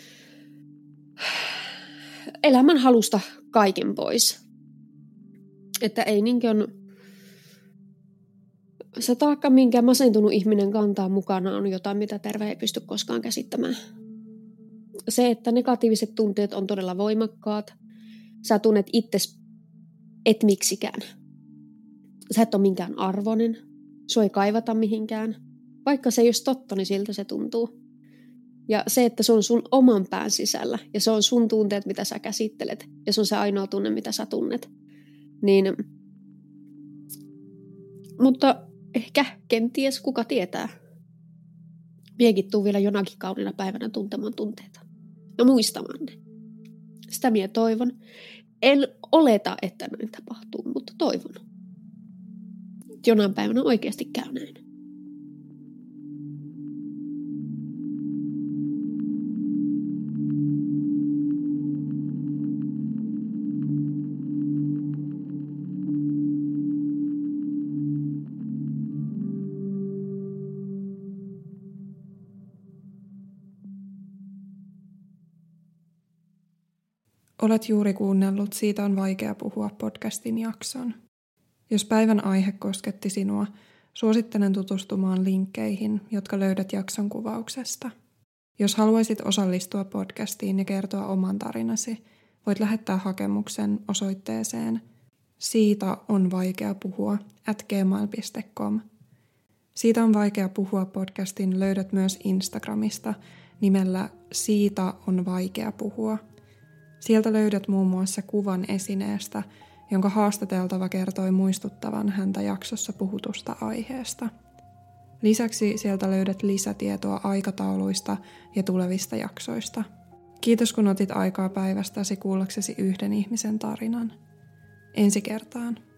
elämän halusta kaiken pois. Että ei niin kuin se taakka, minkä masentunut ihminen kantaa mukana, on jotain, mitä terve ei pysty koskaan käsittämään. Se, että negatiiviset tunteet on todella voimakkaat. Sä tunnet itses et miksikään. Sä et ole minkään arvoinen. Sua ei kaivata mihinkään. Vaikka se ei olisi totta, niin siltä se tuntuu. Ja se, että se on sun oman pään sisällä. Ja se on sun tunteet, mitä sä käsittelet. Ja se on se ainoa tunne, mitä sä tunnet. Niin, mutta ehkä, kenties, kuka tietää. Miekin tuu vielä jonakin kauniina päivänä tuntemaan tunteita. Ja muistamaan ne. Sitä minä toivon. En oleta, että näin tapahtuu, mutta toivon. Jonain päivänä oikeasti käy näin. Olet juuri kuunnellut Siitä on vaikea puhua podcastin jakson. Jos päivän aihe kosketti sinua, suosittelen tutustumaan linkkeihin, jotka löydät jakson kuvauksesta. Jos haluaisit osallistua podcastiin ja kertoa oman tarinasi, voit lähettää hakemuksen osoitteeseen siitä on vaikea puhua at gmail piste com. Siitä on vaikea puhua podcastin löydät myös Instagramista nimellä Siitä on vaikea puhua. Sieltä löydät muun muassa kuvan esineestä, jonka haastateltava kertoi muistuttavan häntä jaksossa puhutusta aiheesta. Lisäksi sieltä löydät lisätietoa aikatauluista ja tulevista jaksoista. Kiitos kun otit aikaa päivästäsi kuullaksesi yhden ihmisen tarinan. Ensi kertaan.